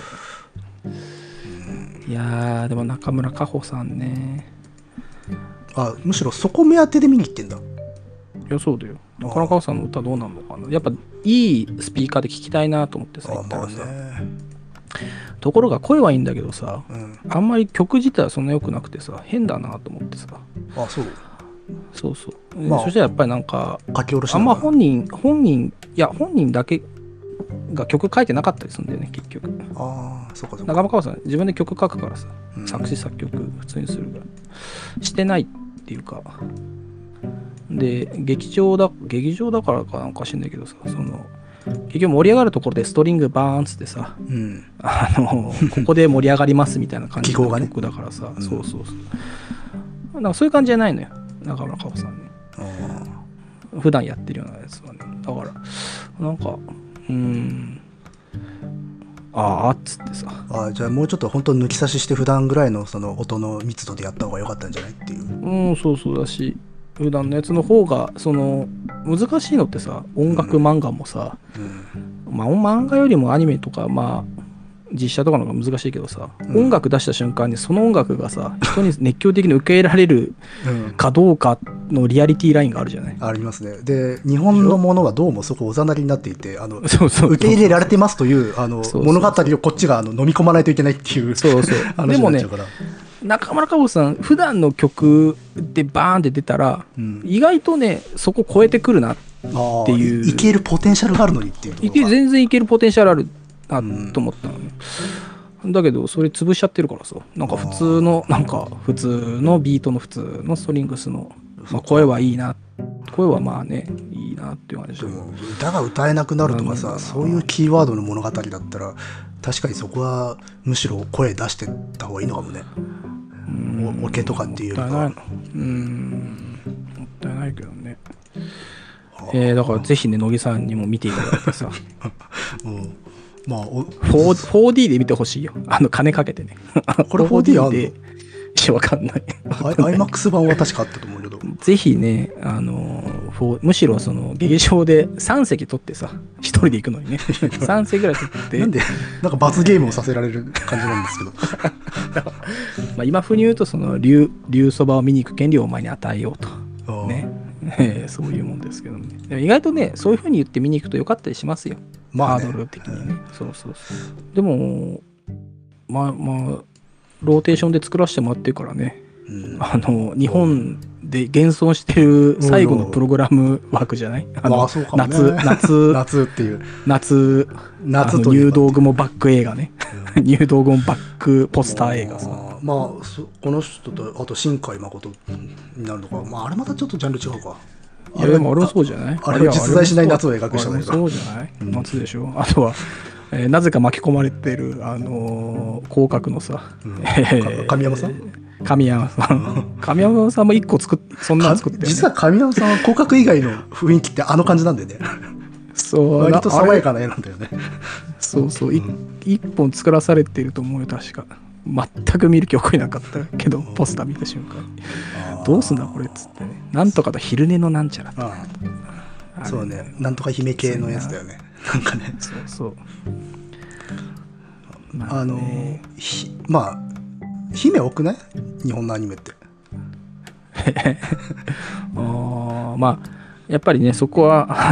いやーでも中村佳穂さんね。 あむしろそこ目当てで見に行ってんだ。 いやそうだよ。中村佳穂さんの歌どうなのかな。やっぱいいスピーカーで聞きたいなと思ってさ行ったらさ、ね、ところが声はいいんだけどさ、うん、あんまり曲自体はそんな良くなくてさ変だなと思ってさ。 あそうそうそう、まあ、そしたらやっぱりなんか書き下ろしあんま本人本人いや本人だけが曲書いてなかったりするんだよね結局。 ああそうかそうか。 中村佳穂さん自分で曲書くからさ、うん、作詞作曲普通にするからしてないっていうかで劇場だ劇場だからかなんか知んないけどさその結局盛り上がるところでストリングバーンつってさ、うん、あのここで盛り上がりますみたいな感じの曲だからさ、ね、そうそうそうなんかそういう感じじゃないのよ中村佳穂さんね。あ普段やってるようなやつはね。だからなんかうーんあーっつってさあじゃあもうちょっと本当抜き差しして普段ぐらいのその音の密度でやった方が良かったんじゃないっていう。 うんそうそうだし普段のやつの方がその難しいのってさ音楽漫画もさ、うんうん、まあ漫画よりもアニメとかまあ実写とかの方が難しいけどさ、うん、音楽出した瞬間にその音楽がさ人に熱狂的に受け入れられるかどうかのリアリティラインがあるじゃない、 ありますね。で日本のものはどうもそこおざなりになっていて、あのそうそう受け入れられてますというあの物語をこっちがあの飲み込まないといけないっていうそうそう話になっちゃうから。でもね、中村佳穂さん普段の曲でバーンって出たら、うん、意外とねそこ超えてくるなっていう、い, いけるポテンシャルがあるのにっていういけ全然いけるポテンシャルあるなと思ったのね、うん、だけどそれ潰しちゃってるからさ、なんか普通のなんか普通のビートの普通のストリングスの、まあ、声はいいな、声はまあねいいなっていう感じで、 でも歌が歌えなくなるとかさ、そういうキーワードの物語だったら確かにそこはむしろ声出してった方がいいのかもね。オケとかっていうよりかは。うん、 もったいないけどね。えー、だからぜひね、乃木さんにも見ていただいてさ、うん、まあ、フォーディー で見てほしいよ。あの金かけてね。 これ フォーディー あんの？ いや、わかんない。 アイマックス 版は確かあったと思うけど。 ぜひね、あのむしろその劇場でさん席取ってさ、一人で行くのにね、さん席ぐらい取って。 なんで、なんか罰ゲームをさせられる感じなんですけど。 まあ今風に言うと、その竜竜そばを見に行く権利をお前に与えようと。ね。えー、そういうもんですけどね。でも意外とね、そういう風に言って見に行くとよかったりしますよ。まあね、ハードル的にね。そうそうそう。でも、まあまあ、ローテーションで作らせてもらってるからね、うん、あの日本で現存してる最後のプログラム枠じゃない？あの、まあそうかもね、夏夏夏っていう夏夏と入道雲バック映画ね、うん、入道雲バックポスター映画さ、 まあこの人とあと新海誠になるのか、まああれまたちょっとジャンル違うか。 いやでもあれもそうじゃない？ あれは実在しない夏を描く人だから。そうじゃない？うん、夏でしょ。あとはえー、なぜか巻き込まれてる、あのー、広角のさ、うん、 神山さん神山さん神山さんも一個作っそんなの作って、ね、 実は神山さんは広角以外の雰囲気ってあの感じなんだよね。そう割と爽やかな絵なんだよね。 そうそう、うん、一本作らされてると思うよ確か。全く見る気起こりなかったけど、ポスター見た瞬間にどうすんだこれっつってね、なんとかと昼寝のなんちゃらってあそうね、なんとか姫系のやつだよね。なんかね、 そうそう。 まあ、あのひまあ姫多くない？日本のアニメって。 あまあやっぱりねそこはあ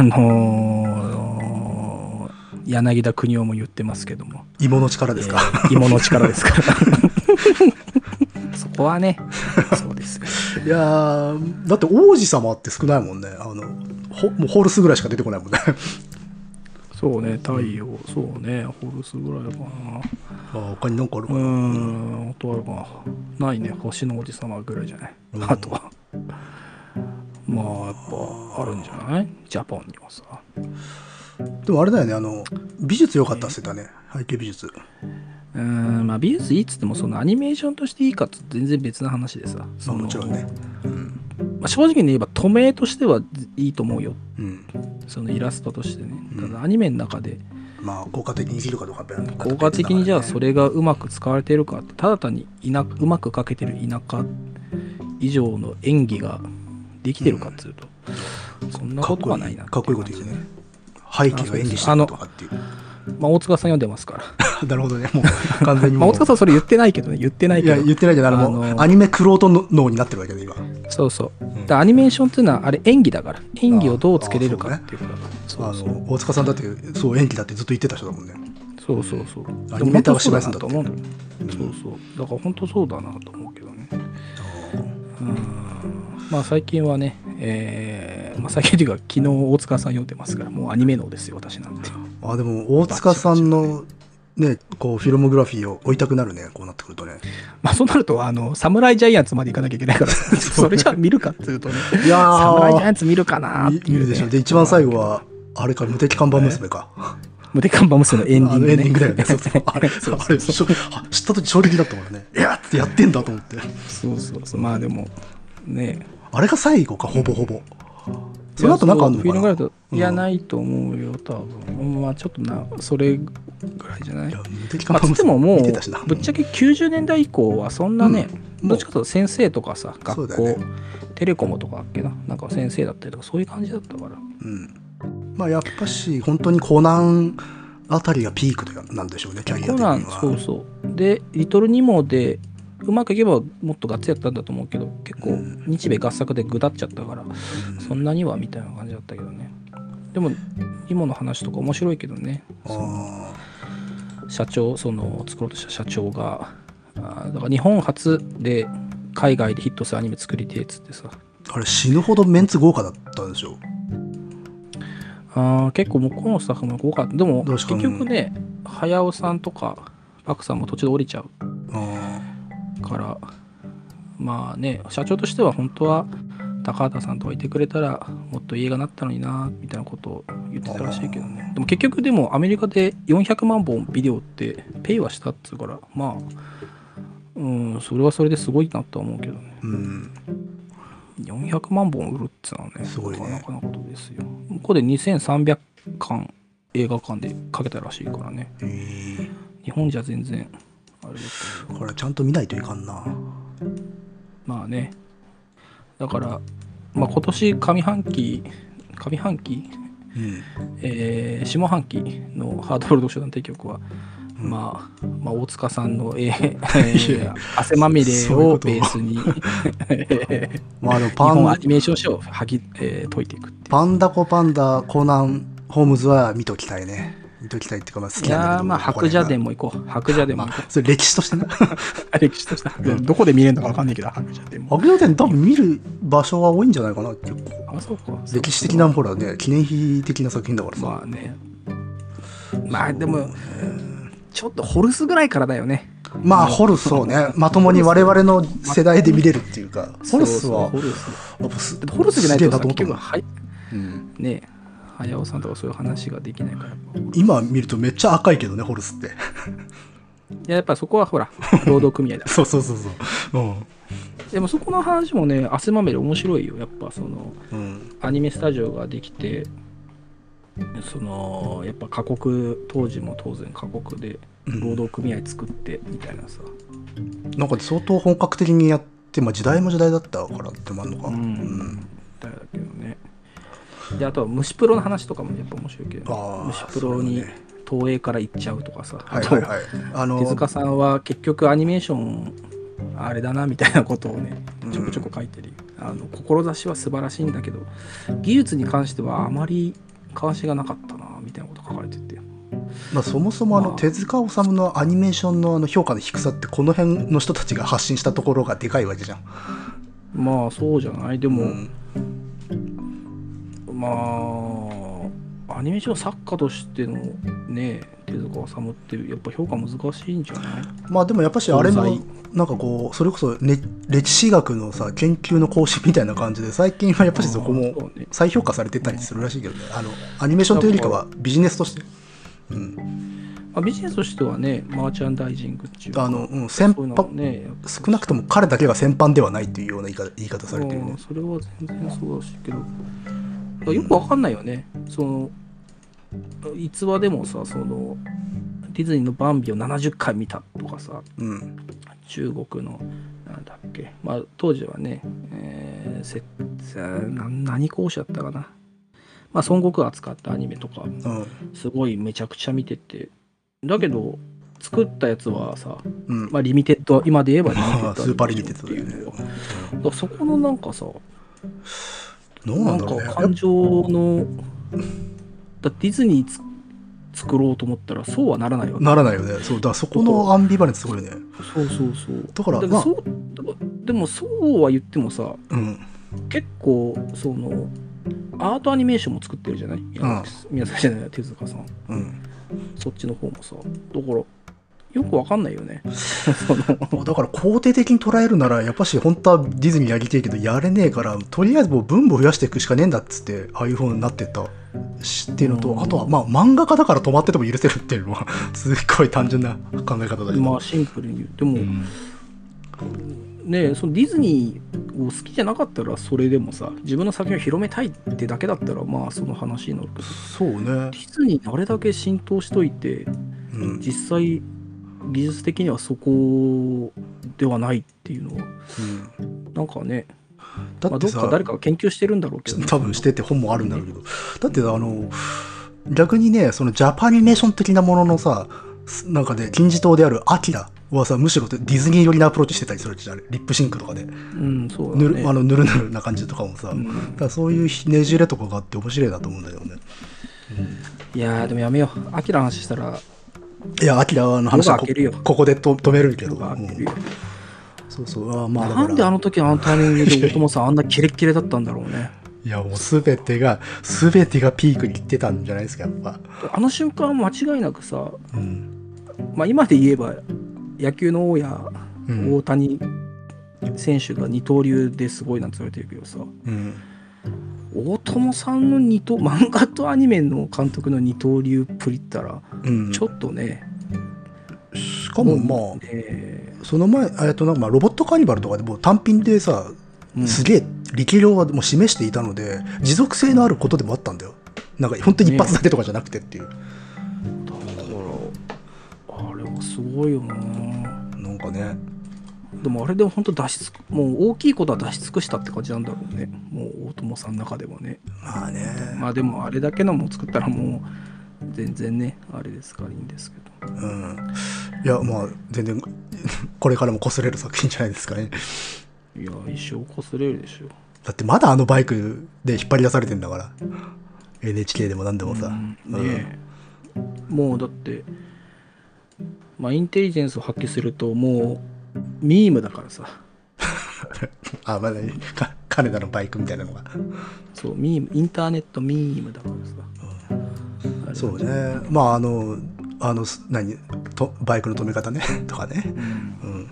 のー、柳田国男も言ってますけども。 芋の力ですか？ えー、芋の力ですから。そこはね、そうです。 いやだって王子様って少ないもんね。あのほもうホルスぐらいしか出てこないもんね。 そうね、太陽、そうね、ホルスぐらいかな。 あ他に何かあるかな。うーん、あとはまあないね、星の王子様ぐらいじゃない。うん、あとはまあやっぱあるんじゃない？ジャポンにはさ。 でもあれだよね、あの美術良かったっすよね、背景美術。 うーん、まあ美術いいっつってもそのアニメーションとしていいかって全然別な話でさ。そのもちろんね。うん、 まあ、正直に言えば透明としてはいいと思うよ、うん、そのイラストとしてね。ただアニメの中で、うん、 まあ効果的にできるかどうかって、ね、 効果的にじゃあそれがうまく使われているかって、ただ単に田うまく描けてる田舎以上の演技ができてるかっつうと、うん、そんなことはないなってかっこいいこと言うね。背景が演技してるとかっていう。 まあ、大塚さん読んでますから。 なるほどね、もう完全にもう。 まあ大塚さんそれ言ってないけどね、言ってないけど。 いや、言ってないじゃない、あの、もうアニメクロート脳になってるわけで、今。 そうそう。うん、だアニメーションっていうのは、あれ演技だから。演技をどうつけれるかっていうことだから。 そうそう、あの、大塚さんだって、そう、演技だってずっと言ってた人だもんね。 そうそうそう。 アニメーターが芝居するんだと思う。 そうそう。だから本当そうだなと思うけどね。うん。まあ最近はね、えー、まあ最近というか、昨日大塚さん読んでますから、もうアニメ脳ですよ、私なんて。 あでも大塚さんのねこうフィルモグラフィーを追いたくなるね、こうなってくるとね。 まあそうなるとあのサムライジャイアンツまで行かなきゃいけないからそれじゃ見るかっていうとね、 いやサムライジャイアンツ見るかなっていう、ね、 見るでしょ。で一番最後はあれか、無敵看板娘か。 無敵看板娘のエンディング、ね、 エンディングだよね。そうそうあれそうそうそう知った時衝撃だったからね。いやってやってんだと思って。 そうそうそう。まあでもねあれが最後か、ほぼほぼ。その後なんかあるのかな。フィルムグラフィーいやないと思うよ多分。まあちょっとなそれぐらいじゃない。いやまあ、つってももうぶっちゃけきゅうじゅうねんだい以降はそんなね、うん、どっちかというと先生とかさ学校、ね、テレコムとかだっけな、なんか先生だったりとかそういう感じだったから。 うん。まあやっぱし本当にコナンあたりがピークなんでしょうね、キャリア的には。 そうそうでリトルニモでうまくいけばもっとガッツリやったんだと思うけど、結構日米合作でぐだっちゃったから、うん、そんなにはみたいな感じだったけどね。でもニモの話とか面白いけどね。あ社長その作ろうとした社長があだから日本初で海外でヒットするアニメ作りてえっつってさ、 あれ死ぬほどメンツ豪華だったんでしょ。 あ結構向こうのスタッフも豪華った。でも結局ね、早尾さんとかパクさんも途中で降りちゃうから、まあね社長としては本当は高畑さんとかいてくれたらもっと映画になったのになみたいなことを言ってたらしいけどね。でも結局でもアメリカでよんひゃくまんぼんビデオってペイはしたっつうから、まあうんそれはそれですごいなとは思うけどね。うんよんひゃくまんぼん売るってのはね、すごいね、なかなかのことですよ。ここでにせんさんびゃくかん映画館でかけたらしいからね。へー日本じゃ全然あれですけど、 これちゃんと見ないといかんな。 まあねだから、まあ、今年上半期上半期、うんえー、下半期のハードボイルド集団提曲は、うんまあ、まあ大塚さんの、えーえー、汗まみれをベースにまあ、あのパン日本アニメーション書をはぎ、えー、解いていくっていう。 パンダコパンダコナンホームズは見ときたいね。見ときたいっていうかまあ好きなんだけど。いやまあ白蛇伝も行こう。白蛇伝も行こう。まあ、 それ歴史としてね。 歴史として、うん、どこで見れるのか分かんないけど白蛇伝も。 白蛇伝多分見る場所は多いんじゃないかな結構。 あそうか。 歴史的なほらね記念碑的な作品だからさ。 まあね。まあでも。ちょっとホルスぐらいからだよね。 まあホルスそうねまともに我々の世代で見れるっていうか、ホルスはホルスホルスじゃないとさ結局はい、うん、ねえ早尾さんとかそういう話ができないから。 今見るとめっちゃ赤いけどねホルスって。いややっぱそこはほら労働組合だ。 そうそうそうそう、うん、 でもそこの話もね汗まみれ面白いよ。やっぱその、うん、アニメスタジオができて。そのやっぱ過酷当時も当然過酷で労働組合作ってみたいなさ、 うん、なんか相当本格的にやって、まあ、時代も時代だったからってもあるのか、うんうん、 だけどね。であとは虫プロの話とかもやっぱ面白いけど、ね、虫プロに東映から行っちゃうとかさ、 はいはいはい、 あの手塚さんは結局アニメーションあれだなみたいなことをねちょこちょこ書いてるよ、うん、あの志は素晴らしいんだけど技術に関してはあまり関心がなかったなみたいなこと書かれてて、 まあ、そもそもあの手塚治虫のアニメーションのあの評価の低さってこの辺の人たちが発信したところがでかいわけじゃん。 まあそうじゃないでも、うん、まあアニメーション作家としてのね手塚治虫ってやっぱ評価難しいんじゃない。 まあでもやっぱしあれもなんかこうそれこそ、ね、歴史学のさ研究の講師みたいな感じで最近はやっぱりそこも再評価されてたりするらしいけどね、あのアニメーションというよりかはビジネスとして、うん、 まあ、ビジネスとしてはねマーチャンダイジングっていうかあの、うん、先般、ね、少なくとも彼だけが先般ではないというような言い方、言い方されてるね。 それは全然そうだしけどよくわかんないよね。その逸話でもさそのディズニーのバンビをななじゅっかい見たとかさ、うん、中国のなんだっけ、まあ、当時はね、えー、せな何講師だったかな、まあ、孫悟空扱ったアニメとか、うん、すごいめちゃくちゃ見ててだけど作ったやつはさ、うんまあ、リミテッド今で言えばリミテッドスーパーリミテッドだよね。 だからそこのなんかさどうなんだろうね、 なんか感情のだディズニーつ作ろうと思ったらそうはならないよね。 ならないよね。そうだそこのアンビバレンスすごいね。 そうそうそうだからだからそう、まあ、でもそうは言ってもさ、うん、結構そのアートアニメーションも作ってるじゃない、うん、宮崎じゃない手塚さん、うん、そっちの方もさだからよくわかんないよねだから肯定的に捉えるならやっぱし本当はディズニーやりてえけどやれねえからとりあえずもう分母増やしていくしかねえんだっつってああいう風になってったっていうのと、うん、あとはまあ漫画家だから止まってても許せるっていうのはすっごい単純な考え方だけど、 まあシンプルに言っても、うん、ねえそのディズニーを好きじゃなかったらそれでもさ自分の作品を広めたいってだけだったらまあその話になるけどそうねディズニーあれだけ浸透しといて、うん、実際技術的にはそこではないっていうのは、うん、なんかねだってさ、まあ、どっか誰かが研究してるんだろうけど、ね、 多分してて本もあるんだろうけど、ね、だってあの逆にねそのジャパニメーション的なもののさなんかね金字塔であるアキラはさむしろディズニー寄りなアプローチしてたりするじゃんリップシンクとかで、 うんそうだね、 ぬるあのぬるぬるな感じとかもさ、うん、だからそういうねじれとかがあって面白いなと思うんだよね、 うん、いやーでもやめようアキラの話したらいやアキラの話は こ, ここでと止めるけど、うん、そうそうあまあだからなんであの時あのタイミングで大友さんあんなキレッキレだったんだろうねいやもうすべてがすべてがピークにいってたんじゃないですかやっぱあの瞬間間違いなくさ、 うん、 まあ今で言えば野球の王や大谷選手が二刀流ですごいなんて言われてるけどさ、 うん、 大友さんの二刀漫画とアニメの監督の二刀流っぷりったら、うん、ちょっとねしかもまあ、ね、その前えっとなんかまあロボットカーニバルとかでも単品でさ、うん、すげえ力量はもう示していたので持続性のあることでもあったんだよなんか本当に一発だけとかじゃなくてっていう、ね、 だからあれはすごいよななんかねでもあれでも本当出し尽くもう大きいことは出し尽くしたって感じなんだろうねもう大友さんの中でもねまあねまあでもあれだけのも作ったらもう全然ねあれですからいいんですけどうんいやまあ全然これからも擦れる作品じゃないですかねいや一生擦れるでしょだってまだあのバイクで引っ張り出されてんだから エヌエイチケー でも何でもさ、 うんねうん、もうだってまあインテリジェンスを発揮するともうミームだからさあまだか金田のバイクみたいなのがそうミームインターネットミームだからさ、 うん、そうねまああのあの何とバイクの止め方ねとかね、うん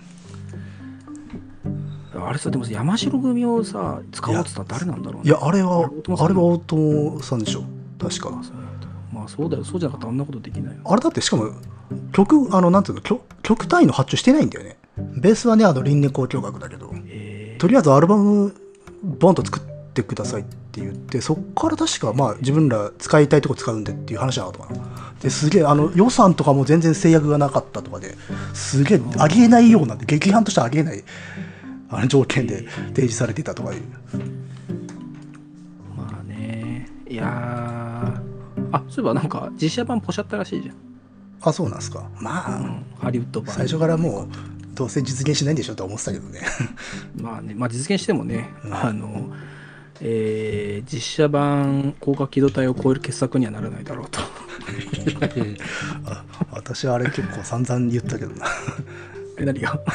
うん、あれさでも山城組をさ使おうって言ったら誰なんだろうねいやあれはあれは大友さんでしょ確かまあそうだよそうじゃなかったらあんなことできないあれだってしかも曲あのなんていうの 曲, 曲単位の発注してないんだよねベースはねあの輪廻交響楽だけどとりあえずアルバムボンと作ってくださいって言ってそっから確かまあ自分ら使いたいとこ使うんでっていう話なのかなですげえあの予算とかも全然制約がなかったとかですげえありえないような劇団としてありえないあの条件で提示されてたとかいうまあねいやあそういえばなんか実写版ポシャったらしいじゃんあそうなんですかまあ、うん、 ハリウッド版最初からもうどうせ実現しないんでしょと思ってたけどねまあねまあ実現してもね、うん、あの、えー、実写版高架機動隊を超える傑作にはならないだろうとあ私はあれ結構散々言ったけどなえ何が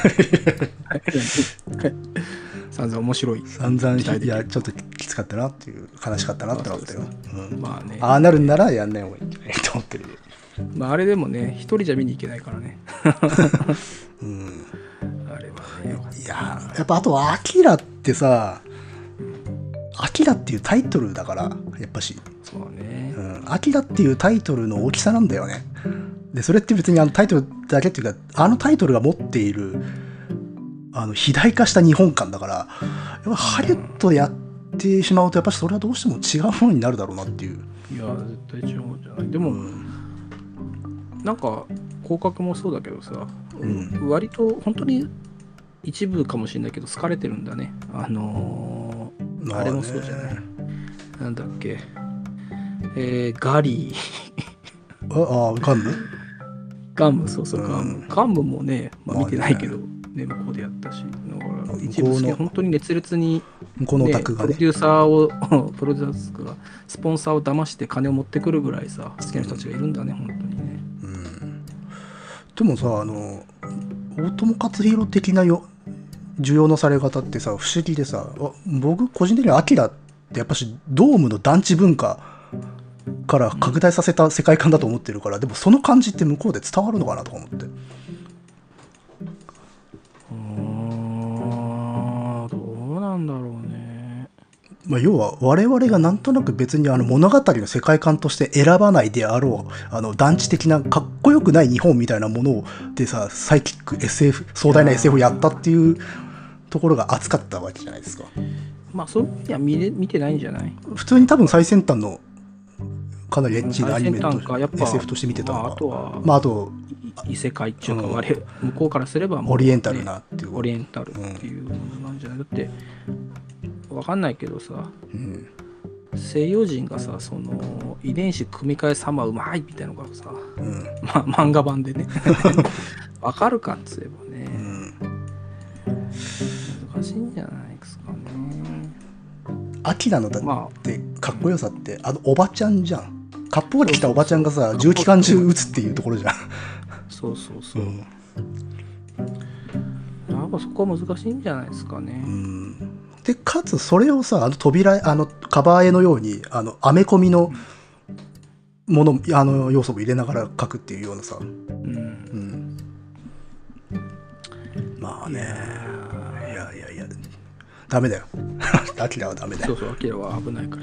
散々面白い散々いやちょっときつかったなっていう悲しかったなって思ったよ、うん、 まあねああなるんならやんない方がいいんじゃないと思ってるまああれでもね一人じゃ見に行けないからねうん、 あれはねいややっぱあとはアキラってさアキラっていうタイトルだからやっぱしそうねアキラっていうタイトルの大きさなんだよねでそれって別にあのタイトルだけっていうかあのタイトルが持っているあの肥大化した日本観だからやっぱハリウッドでやってしまうとやっぱりそれはどうしても違うものになるだろうなっていういや絶対違うんじゃないでも、うん、なんか広角もそうだけどさ、うん、割と本当に一部かもしれないけど好かれてるんだねあのー、あれもそうじゃないなんだっけえー、ガリーああガンムガンムそうそうガンム、うん、ガンムもね、まあ、見てないけど、まあね、向こうでやったしだから一部好き本当に熱烈に、ね、 向こうのオタクがねプロデューサーをプロデューサーがスポンサーを騙して金を持ってくるぐらいさ好きな人たちがいるんだね、うん、本当にね、 うん、でもさあの大友克洋的なよ需要のされ方ってさ不思議でさ僕個人的にはアキラってやっぱしドームの団地文化から拡大させた世界観だと思ってるから、うん、でもその感じって向こうで伝わるのかなとか思ってなんだろうね、 まあ、要は我々がなんとなく別にあの物語の世界観として選ばないであろうあの団地的なかっこよくない日本みたいなものでさサイキック エスエフ 壮大な エスエフ をやったっていうところが熱かったわけじゃないですか。 まあそういうには 見, れ見てないんじゃない。 普通に多分最先端のかなりエッチなアニメと エスエフ として見てたのか、 まあ、あとは、 まあ、あと異世界っていうか、うん、向こうからすればもう、ね、 オリエンタルなっていう、 オリエンタルっていうものなんじゃない、うん、だって分かんないけどさ、 うん、 西洋人がさその遺伝子組み換え様うまいみたいなのがさ、 うん、 ま、漫画版でねわかるかっつえばね、うん、難しいんじゃないですかね。 アキラのだってかっこよさって、まあ、あのおばちゃんじゃん。かっぽが着たおばちゃんがさ重機関銃撃つっていうところじゃん。 そうそうそう、うん、やっぱそこは難しいんじゃないですかね。 うんでかつそれをさあの扉あのカバー絵のようにあのアメコミのもの、うん、あの要素も入れながら描くっていうようなさ、うんうんまあねいやいやいやダメだよアキラはダメだよ。 そうそうアキラは危ないから、うん、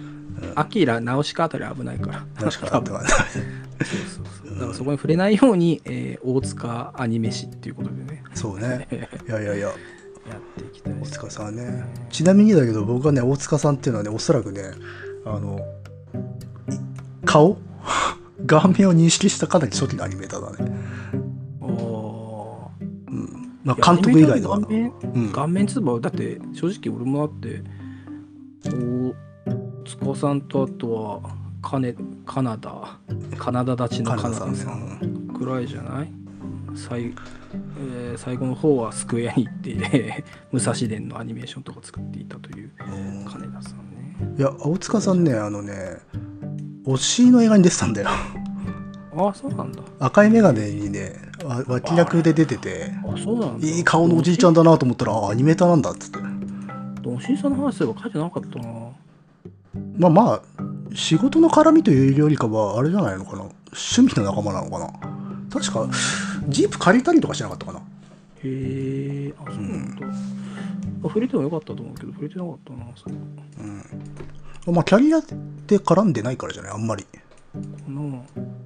アキラナウシカあたり危ないからナウシカあたりはダメだそうそうそうだからそこに触れないように、えー、大塚アニメ史っていうことでねそうねいやいやいややっていきたい、ね、 大塚さんね。ちなみにだけど僕はね大塚さんっていうのはねおそらくねあの顔顔面を認識したかなり初期のアニメーターだね。ああ、うんまあ、監督以外の顔面、うん、顔面つばだって正直俺もあって大塚さんとあとはカネカナダカナダ立ちのカナダさんくらいじゃない。最えー、最後の方はスクエアに行って武蔵伝のアニメーションとか作っていたという金田さんね。 いや大塚さんねあのね推しの映画に出てたんだよ。 ああそうなんだ。 赤いメガネにね脇役で出ててあそうなんだ。 いい顔のおじいちゃんだなと思ったらあアニメーターなんだっつって。 おしいさんの話すれば書いてなかったな。 まあまあ仕事の絡みというよりかはあれじゃないのかな趣味の仲間なのかな。確かジープ借りたりとかしなかったかな。へえあそうなんだ、うん、あ触れてもよかったと思うけど触れてなかったなそれ、 うん、まあキャリアで絡んでないからじゃないあんまりかな。うん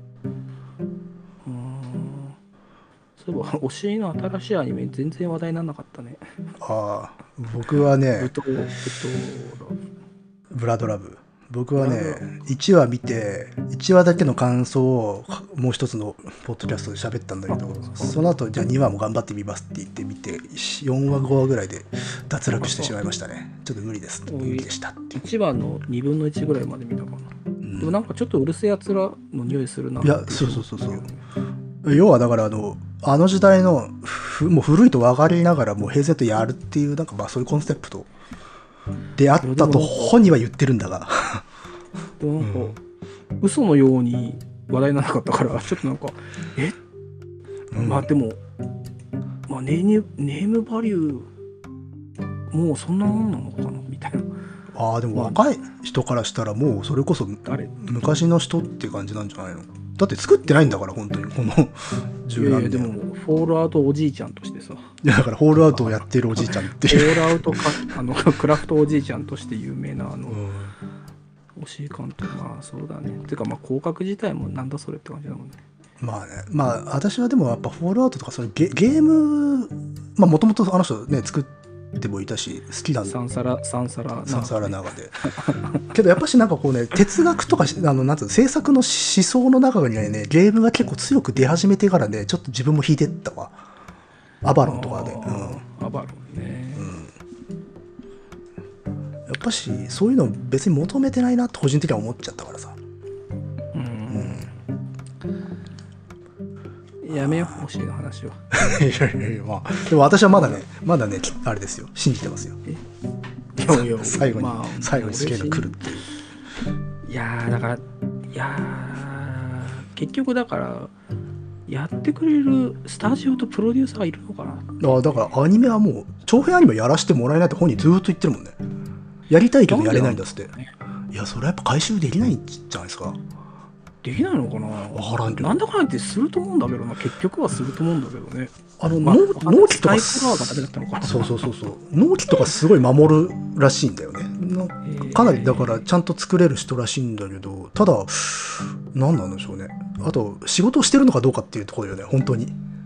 そういえば推しの新しいアニメ全然話題にならなかったね。 ああ僕はねブトブトブラドラブ僕はねいちわ見ていちわだけの感想をもう一つのポッドキャストで喋ったんだけどその後じゃあにわも頑張ってみますって言ってみてよんわごわぐらいで脱落してしまいましたね。ちょっと無理です無理でしたっていちわのにぶんのいちぐらいまで見たかな、うん、でもなんかちょっとうるせえやつらの匂いするな。 いやそうそうそうそう要はだからあのあの時代のもう古いと分かりながらもう平然とやるっていうなんかまあそういうコンセプトであったと本人は言ってるんだがでもなんか、うん、嘘のように話題にならなかったからちょっとなんかえ、うん、まあでも、まあ、ネームネームバリューもうそんなもんなのかなみたいな。 ああでも若い人からしたらもうそれこそ昔の人って感じなんじゃないの。だって作ってないんだから本当にこのじゅうなんねん。いやいやでもフォールアウトおじいちゃんとしてさ。 いやだからフォールアウトをやってるおじいちゃんっていうフォールアウトかあのクラフトおじいちゃんとして有名なあの、うん、推し監督まあそうだね。てかまあ広角自体もなんだそれって感じだもんね。 まあねまあ私はでもやっぱフォールアウトとかその ゲ, ゲームまあもともとあの人ね作ってでもいたし好きなんだ。 サンサラサンサラサンサラ長でけどやっぱしなんかこうね哲学とかあのなんつうの制作の思想の中にはねゲームが結構強く出始めてからねちょっと自分も引いてったわ。アバロンとかで、うん、 アバロンね、うん、 やっぱしそういうの別に求めてないなって個人的には思っちゃったからさ。 うん、うん、やめよう推しの話をいやいやいやまあでも私はまだねまだねあれですよ信じてますよ。 いやいや最後に、まあ、最後にスケールが来るっていう。 いやだからいや結局だからやってくれるスタジオとプロデューサーがいるのかな。 あだからアニメはもう長編アニメやらせてもらえないって本人ずっと言ってるもんね。やりたいけどやれないんだっつって、ね、いやそれはやっぱ回収できないんじゃないですか。 できないのかな。 分からんけどなんだかんだってすると思うんだけどな。結局はすると思うんだけどね。 あの、まあ、納期とかそうそうそうそう納期とかすごい守るらしいんだよね。かなりだからちゃんと作れる人らしいんだけどただ何なんでしょうね。あと仕事をしてるのかどうかっていうところよね本当に。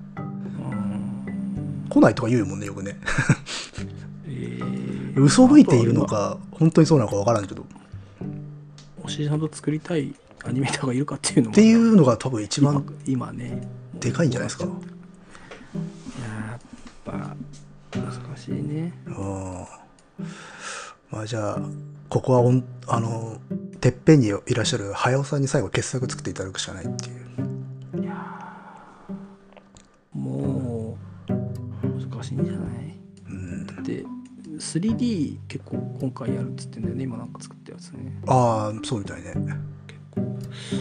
来ないとか言うもんねよくねえー、嘘吹いているのか本当にそうなのか分からんけど推しちゃんと作りたいアニメーターがいるかっていうのもっていうのが多分一番今ねでかいんじゃないですか。やっぱ難しいね。 あまあじゃあここはおんあのてっぺんにいらっしゃる早尾さんに最後傑作作っていただくしかないっていう。 いやもう難しいんじゃない、うん、だって スリーディー 結構今回やるっつってんだよね、今なんか作ったやつね。 ああそうみたいね。 結構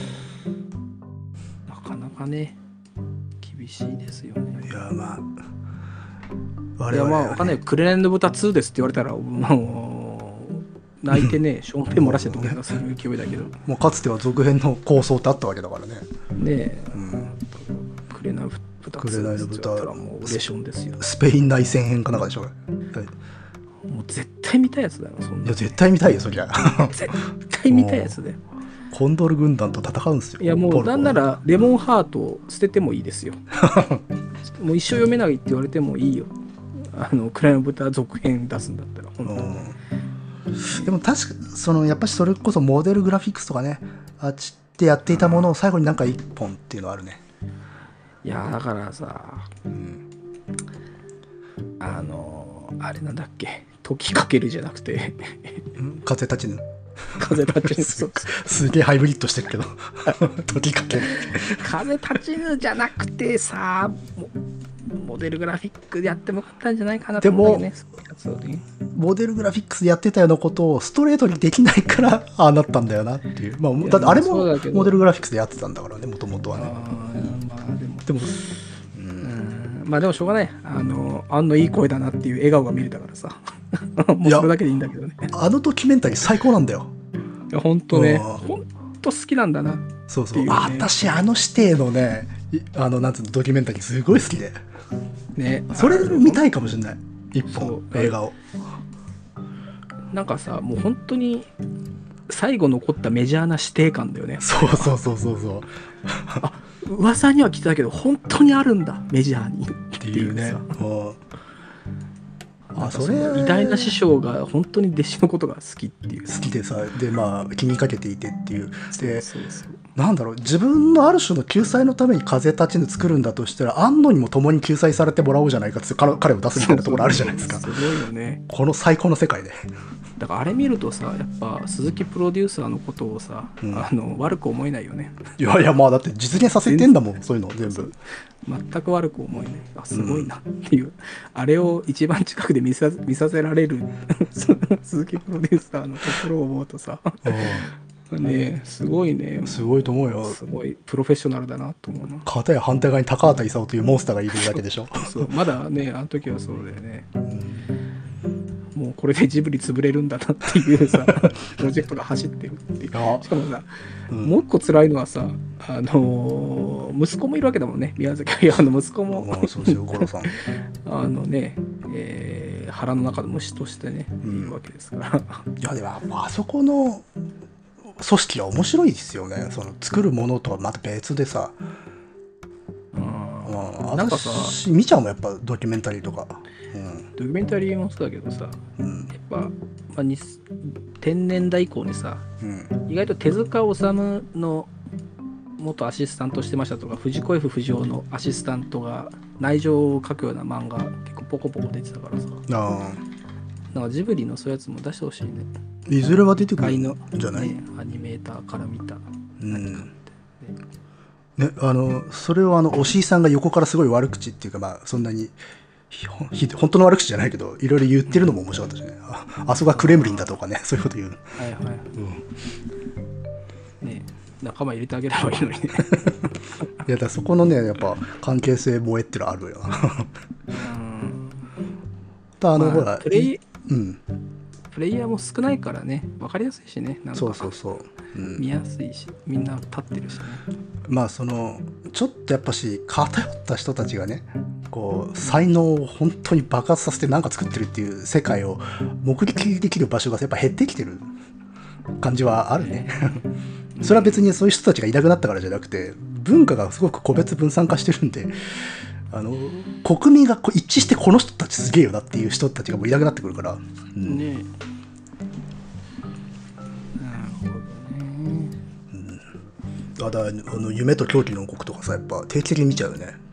なかなかね厳しいですよね。 いやまあ我々は、ね、いやまあわかんないよ、クレナイの豚ツーですって言われたらもう泣いてね、ションペン漏らして土下座する勢いだけど、 もうかつては続編の構想ってあったわけだからね。 ねえ、うん、クレナイの豚ツーですって言われたらもうウレションですよ。 スペイン内戦編かなんかでしょ、はい、 もう絶対見たいやつだよ、そんな。 いや絶対見たいよそりゃ絶対見たいやつだよ。 コンドル軍団と戦うんですよ。 いやもうなんならレモンハートを捨ててもいいですよもう一生読めないって言われてもいいよ、あのクライの豚続編出すんだったら。本当にでも確かそのやっぱりそれこそモデルグラフィックスとかね、あっちってやっていたものを最後になんか一本っていうのはあるね。 いやだからさ、うん、あのあれなんだっけ、時かけるじゃなくて風立ちぬ風立ちぬす, すげえハイブリッドしてるけど時かける風立ちぬじゃなくてさ、モデルグラフィックでやってもよかったんじゃないかなと思うんだよね。でもモデルグラフィックスでやってたようなことをストレートにできないからああなったんだよなっていう。まあ、だってあれもモデルグラフィックスでやってたんだからね、もともとはね。 あ、まあ、でもでも、 うん、まあでもしょうがない。あのあんのいい声だなっていう笑顔が見れたからさもうそれだけでいいんだけどね。 あのドキュメンタリー最高なんだよ。 いや本当ね、本当好きなんだなっていう、ね、 そうそう、あ私あの指定のね、あのなんつうのドキュメンタリーすごい好きで、ね、それ見たいかもしれない、一本映画を。 なんかさ、もう本当に最後残ったメジャーな指定感だよね。 そうそうそうそうそうあ、噂には聞いたけど本当にあるんだメジャーにっていうね。あ、それ偉大な師匠が本当に弟子のことが好きっていう、 好きでさ、でまあ気にかけていてっていう、でそうそうそう、なんだろう、自分のある種の救済のために風立ちぬ作るんだとしたら、安野にも共に救済されてもらおうじゃないかって彼を出すみたいなところあるじゃないですか。 そうそうそう、すごいよね、 この最高の世界で。 だからあれ見るとさ、やっぱ鈴木プロデューサーのことをさ、うん、あの悪く思えないよね。 いやいや、まあだって実現させてんだもん、そういうの全部。 全く悪く思えない。あ、すごいなっていう、うん、あれを一番近くで見さ、見させられる鈴木プロデューサーのところを思うとさね、すごいね。 すごいと思うよ。 すごいプロフェッショナルだなと思うな。 片や反対側に高畑勲というモンスターがいるだけでしょ。 そうまだね、あの時はそうだよね、うん、もうこれでジブリ潰れるんだなっていうさプロジェクトが走ってるっていう。しかもさ、うん、もう一個辛いのはさ、あのー、息子もいるわけだもんね、宮崎駿の息子も。 そうですよ、五郎さんあのね、えー、腹の中の虫としてね、うん、いるわけですから。 いやでもあそこの組織は面白いですよね。その作るものとはまた別でさ、うん、なんかさ、見ちゃうもんやっぱドキュメンタリーとか、うん、 ドキュメンタリーもそうだけどさ、うん、やっぱ、まあ、に天然代以降にさ、うん、意外と手塚治虫の元アシスタントしてましたとか、藤子 F 不二雄のアシスタントが内情を書くような漫画結構ポコポコ出てたからさ、あ、なんかジブリのそういうやつも出してほしいね。 いずれは出てくるんじゃない、 ね、アニメーターから見た、うん、ね、 ね、あのそれをあの押井さんが横からすごい悪口っていうか、まあそんなに本当の悪口じゃないけどいろいろ言ってるのも面白かったしね。あ, あそこがクレムリンだとかね、そういうこと言う。はいはい、 うん、ね、仲間入れてあげればいいのにね。 いやだそこのね、やっぱ関係性萌えってのあるよな。うん、だあの、まあ、ほらプレイ、うん、プレイヤーも少ないからね、分かりやすいしね、なんかそうそうそう、 うん、見やすいし、みんな立ってるしね。 まあそのちょっとやっぱし偏った人たちがね、こう才能を本当に爆発させて何か作ってるっていう世界を目撃できる場所がやっぱ減ってきてる感じはあるね。それは別にそういう人たちがいなくなったからじゃなくて、文化がすごく個別分散化してるんで、あの国民がこう一致してこの人たちすげえよなっていう人たちがもういなくなってくるから、うん、ねえ、なるほどね、うん、あだあの夢と狂気の王国とかさ、やっぱ定期的に見ちゃうよね。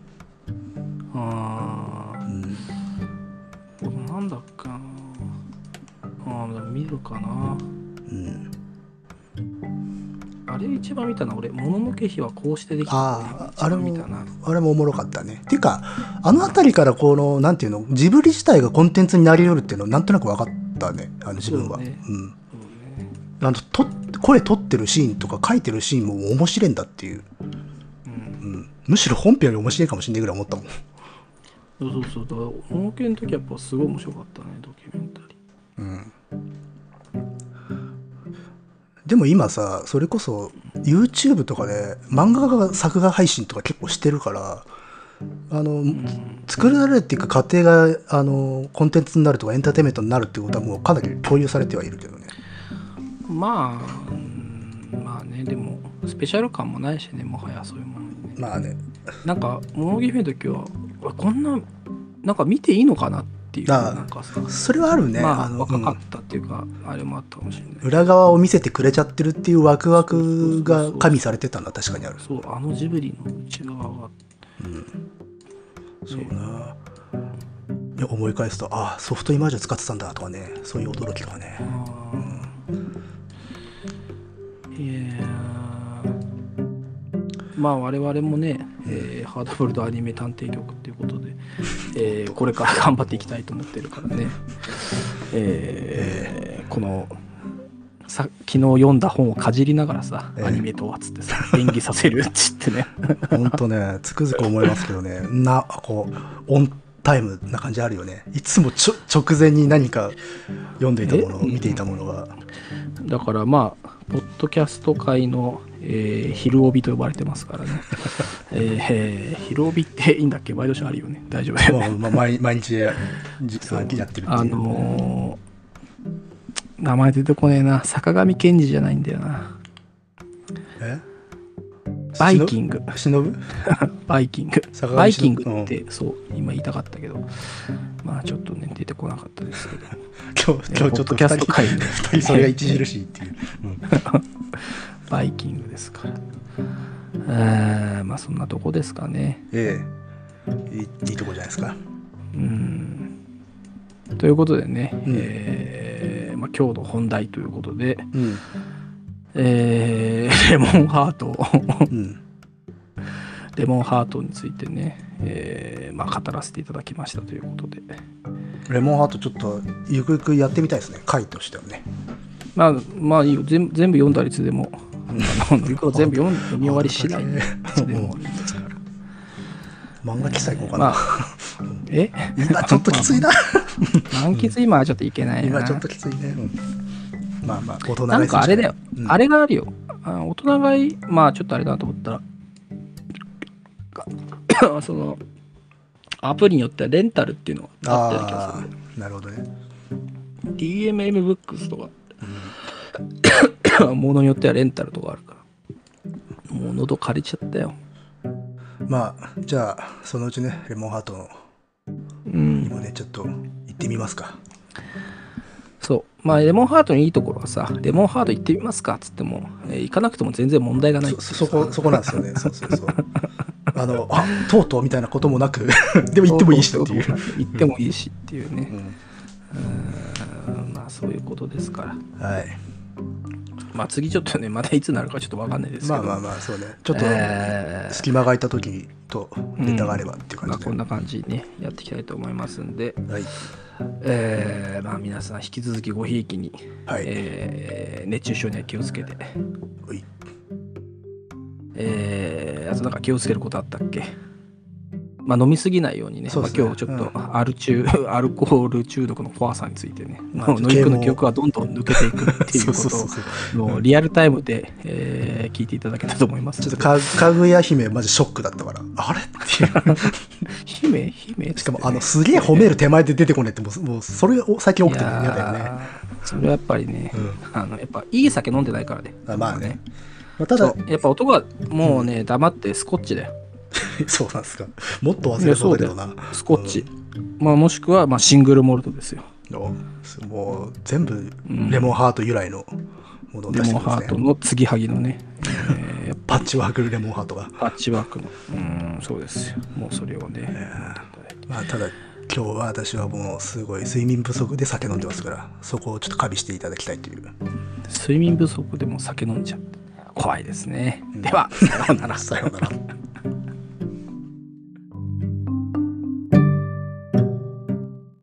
ああ、 うん、なんだっけなあ、見るかな、うん、 あれ一番見たのは俺、もののけ姫はこうしてできた、ね、 ああ、あれもあれもおもろかったね。っていうかあの辺りからこのなんていうの、ジブリ自体がコンテンツになり得るっていうのなんとなく分かったね、あの自分は。う、ね、うん。あのと声撮ってるシーンとか書いてるシーンも面白いんだっていう、うんうん、むしろ本編より面白いかもしれないぐらい思ったもん。 そうそうそう、だからもののけの時はやっぱすごい面白かったね、ドキュメンタリー。うん。 でも今さ、それこそ YouTube とかで漫画が作画配信とか結構してるから、あの、うん、作られるっていうか過程があのコンテンツになるとかエンターテインメントになるっていうことはもうかなり共有されてはいるけどね。 まあ、うん、まあね、でもスペシャル感もないしね、もはやそういうものにね。 まあね。 なんかもののけ姫の時はこんななんか見ていいのかなっていう、なんかさ、 それはあるね。 まあ若かったっていうか、うん、あれもあったかもしれない。 裏側を見せてくれちゃってるっていうワクワクが加味されてたのは確かにある。 そう、あのジブリの内側が、 うん、そうな。いや思い返すと、ああソフトイマージョン使ってたんだとかね、そういう驚きとかね。 うん、いやまあ我々もね、えー、ハードボイルドアニメ探偵局っていうことで、えー、これから頑張っていきたいと思ってるからね、えー、このさ昨日読んだ本をかじりながらさ、えー、アニメとはつってさ演技させるっつってねほんとねつくづく思いますけどね、なこうオンタイムな感じあるよね。いつもちょ直前に何か読んでいたものを見ていたものが、 だからまあポッドキャスト界の、えー、昼帯と呼ばれてますからね、えー、昼帯っていいんだっけ、ワイドショーあるよね、大丈夫だよね、まあ、 毎, 毎日やってるっていう、 あのー、名前出てこねえな、坂上健二じゃないんだよな。 えバイキング忍ぶバイキングバイキングって、うん、そう今言いたかったけど、まあちょっとね出てこなかったですけど今日今日ちょっとふたりふたりそれが著しいっていう、うん、 バイキングですから、あまあそんなとこですかね。 ええいい、いいとこじゃないですか。 うんということでね、うんえーまあ、今日の本題ということで、うんえー、レモンハート、うん、レモンハートについてね、えーまあ、語らせていただきましたということで、 レモンハートちょっとゆくゆくやってみたいですね、回としてはね。 まあまあいいよ、全部全部読んだりつでも全部読み終わり次第でも漫画記載行こうかな、まあ、 え今ちょっときついな満喫今はちょっといけないな、 今ちょっときついね、うんまあまあ大人なんかあれだよ、うん、あれがあるよ、あ大人買い、まあちょっとあれだなと思ったらそのアプリによってはレンタルっていうのがあったような気がする、ね、 なるほどね。 ディーエムエム ブックスとか、うん、ものによってはレンタルとかあるからもう喉借りちゃったよ。 まあじゃあそのうちねレモンハートにもね、うん、ちょっと行ってみますか。 そうまあレモンハートのいいところはさ、レモンハート行ってみますかっつっても、えー、行かなくても全然問題がない。 そ, そこそこなんですよねそうそうそうあのあとうとうみたいなこともなくでも行ってもいいしっていう行ってもいいしっていうね、うん、うんまあそういうことですから、 はい。 まあ次ちょっとねまたいつになるかちょっと分かんないですけど、 まあまあまあそうね、ちょっと隙間が空いた時とネタがあればっていう感じで、 うんまあ、こんな感じにねやっていきたいと思いますんで、 はいえーまあ、皆さん引き続きごひいきに、はいえー、熱中症には気をつけて、はいえー、あとなんか気をつけることあったっけ。まあ、飲みすぎないように ね, ね、まあ、今日ちょっとアル中、うん、アルコール中毒の怖さについてね、まあ、ノイクの記憶はどんどん抜けていくっていうことをリアルタイムで、えー、聞いていただけたと思います。 ちょっとかかぐや姫マジショックだったから、あれっていう姫姫、ね、 しかもあのすげえ褒める手前で出てこねってもう、もうそれを最近多くて嫌だよね。 それはやっぱりね、うん、あのやっぱいい酒飲んでないからね。 あまあね、まあ、ただやっぱ男はもうね、うん、黙ってスコッチだよそうなんですか。もっと忘れそうだけどな。 スコッチ、うんまあ、もしくはまあシングルモルトですよ。 もう全部レモンハート由来のものを出してますね、 レモンハートの継ぎはぎのね、 えー、パッチワークレモンハートがパッチワークのうんそうですよ。もうそれをね、 えーまあ、ただ今日は私はもうすごい睡眠不足で酒飲んでますから、そこをちょっと加味していただきたいという。 睡眠不足でも酒飲んじゃう怖いですね、うん、ではさようならさようなら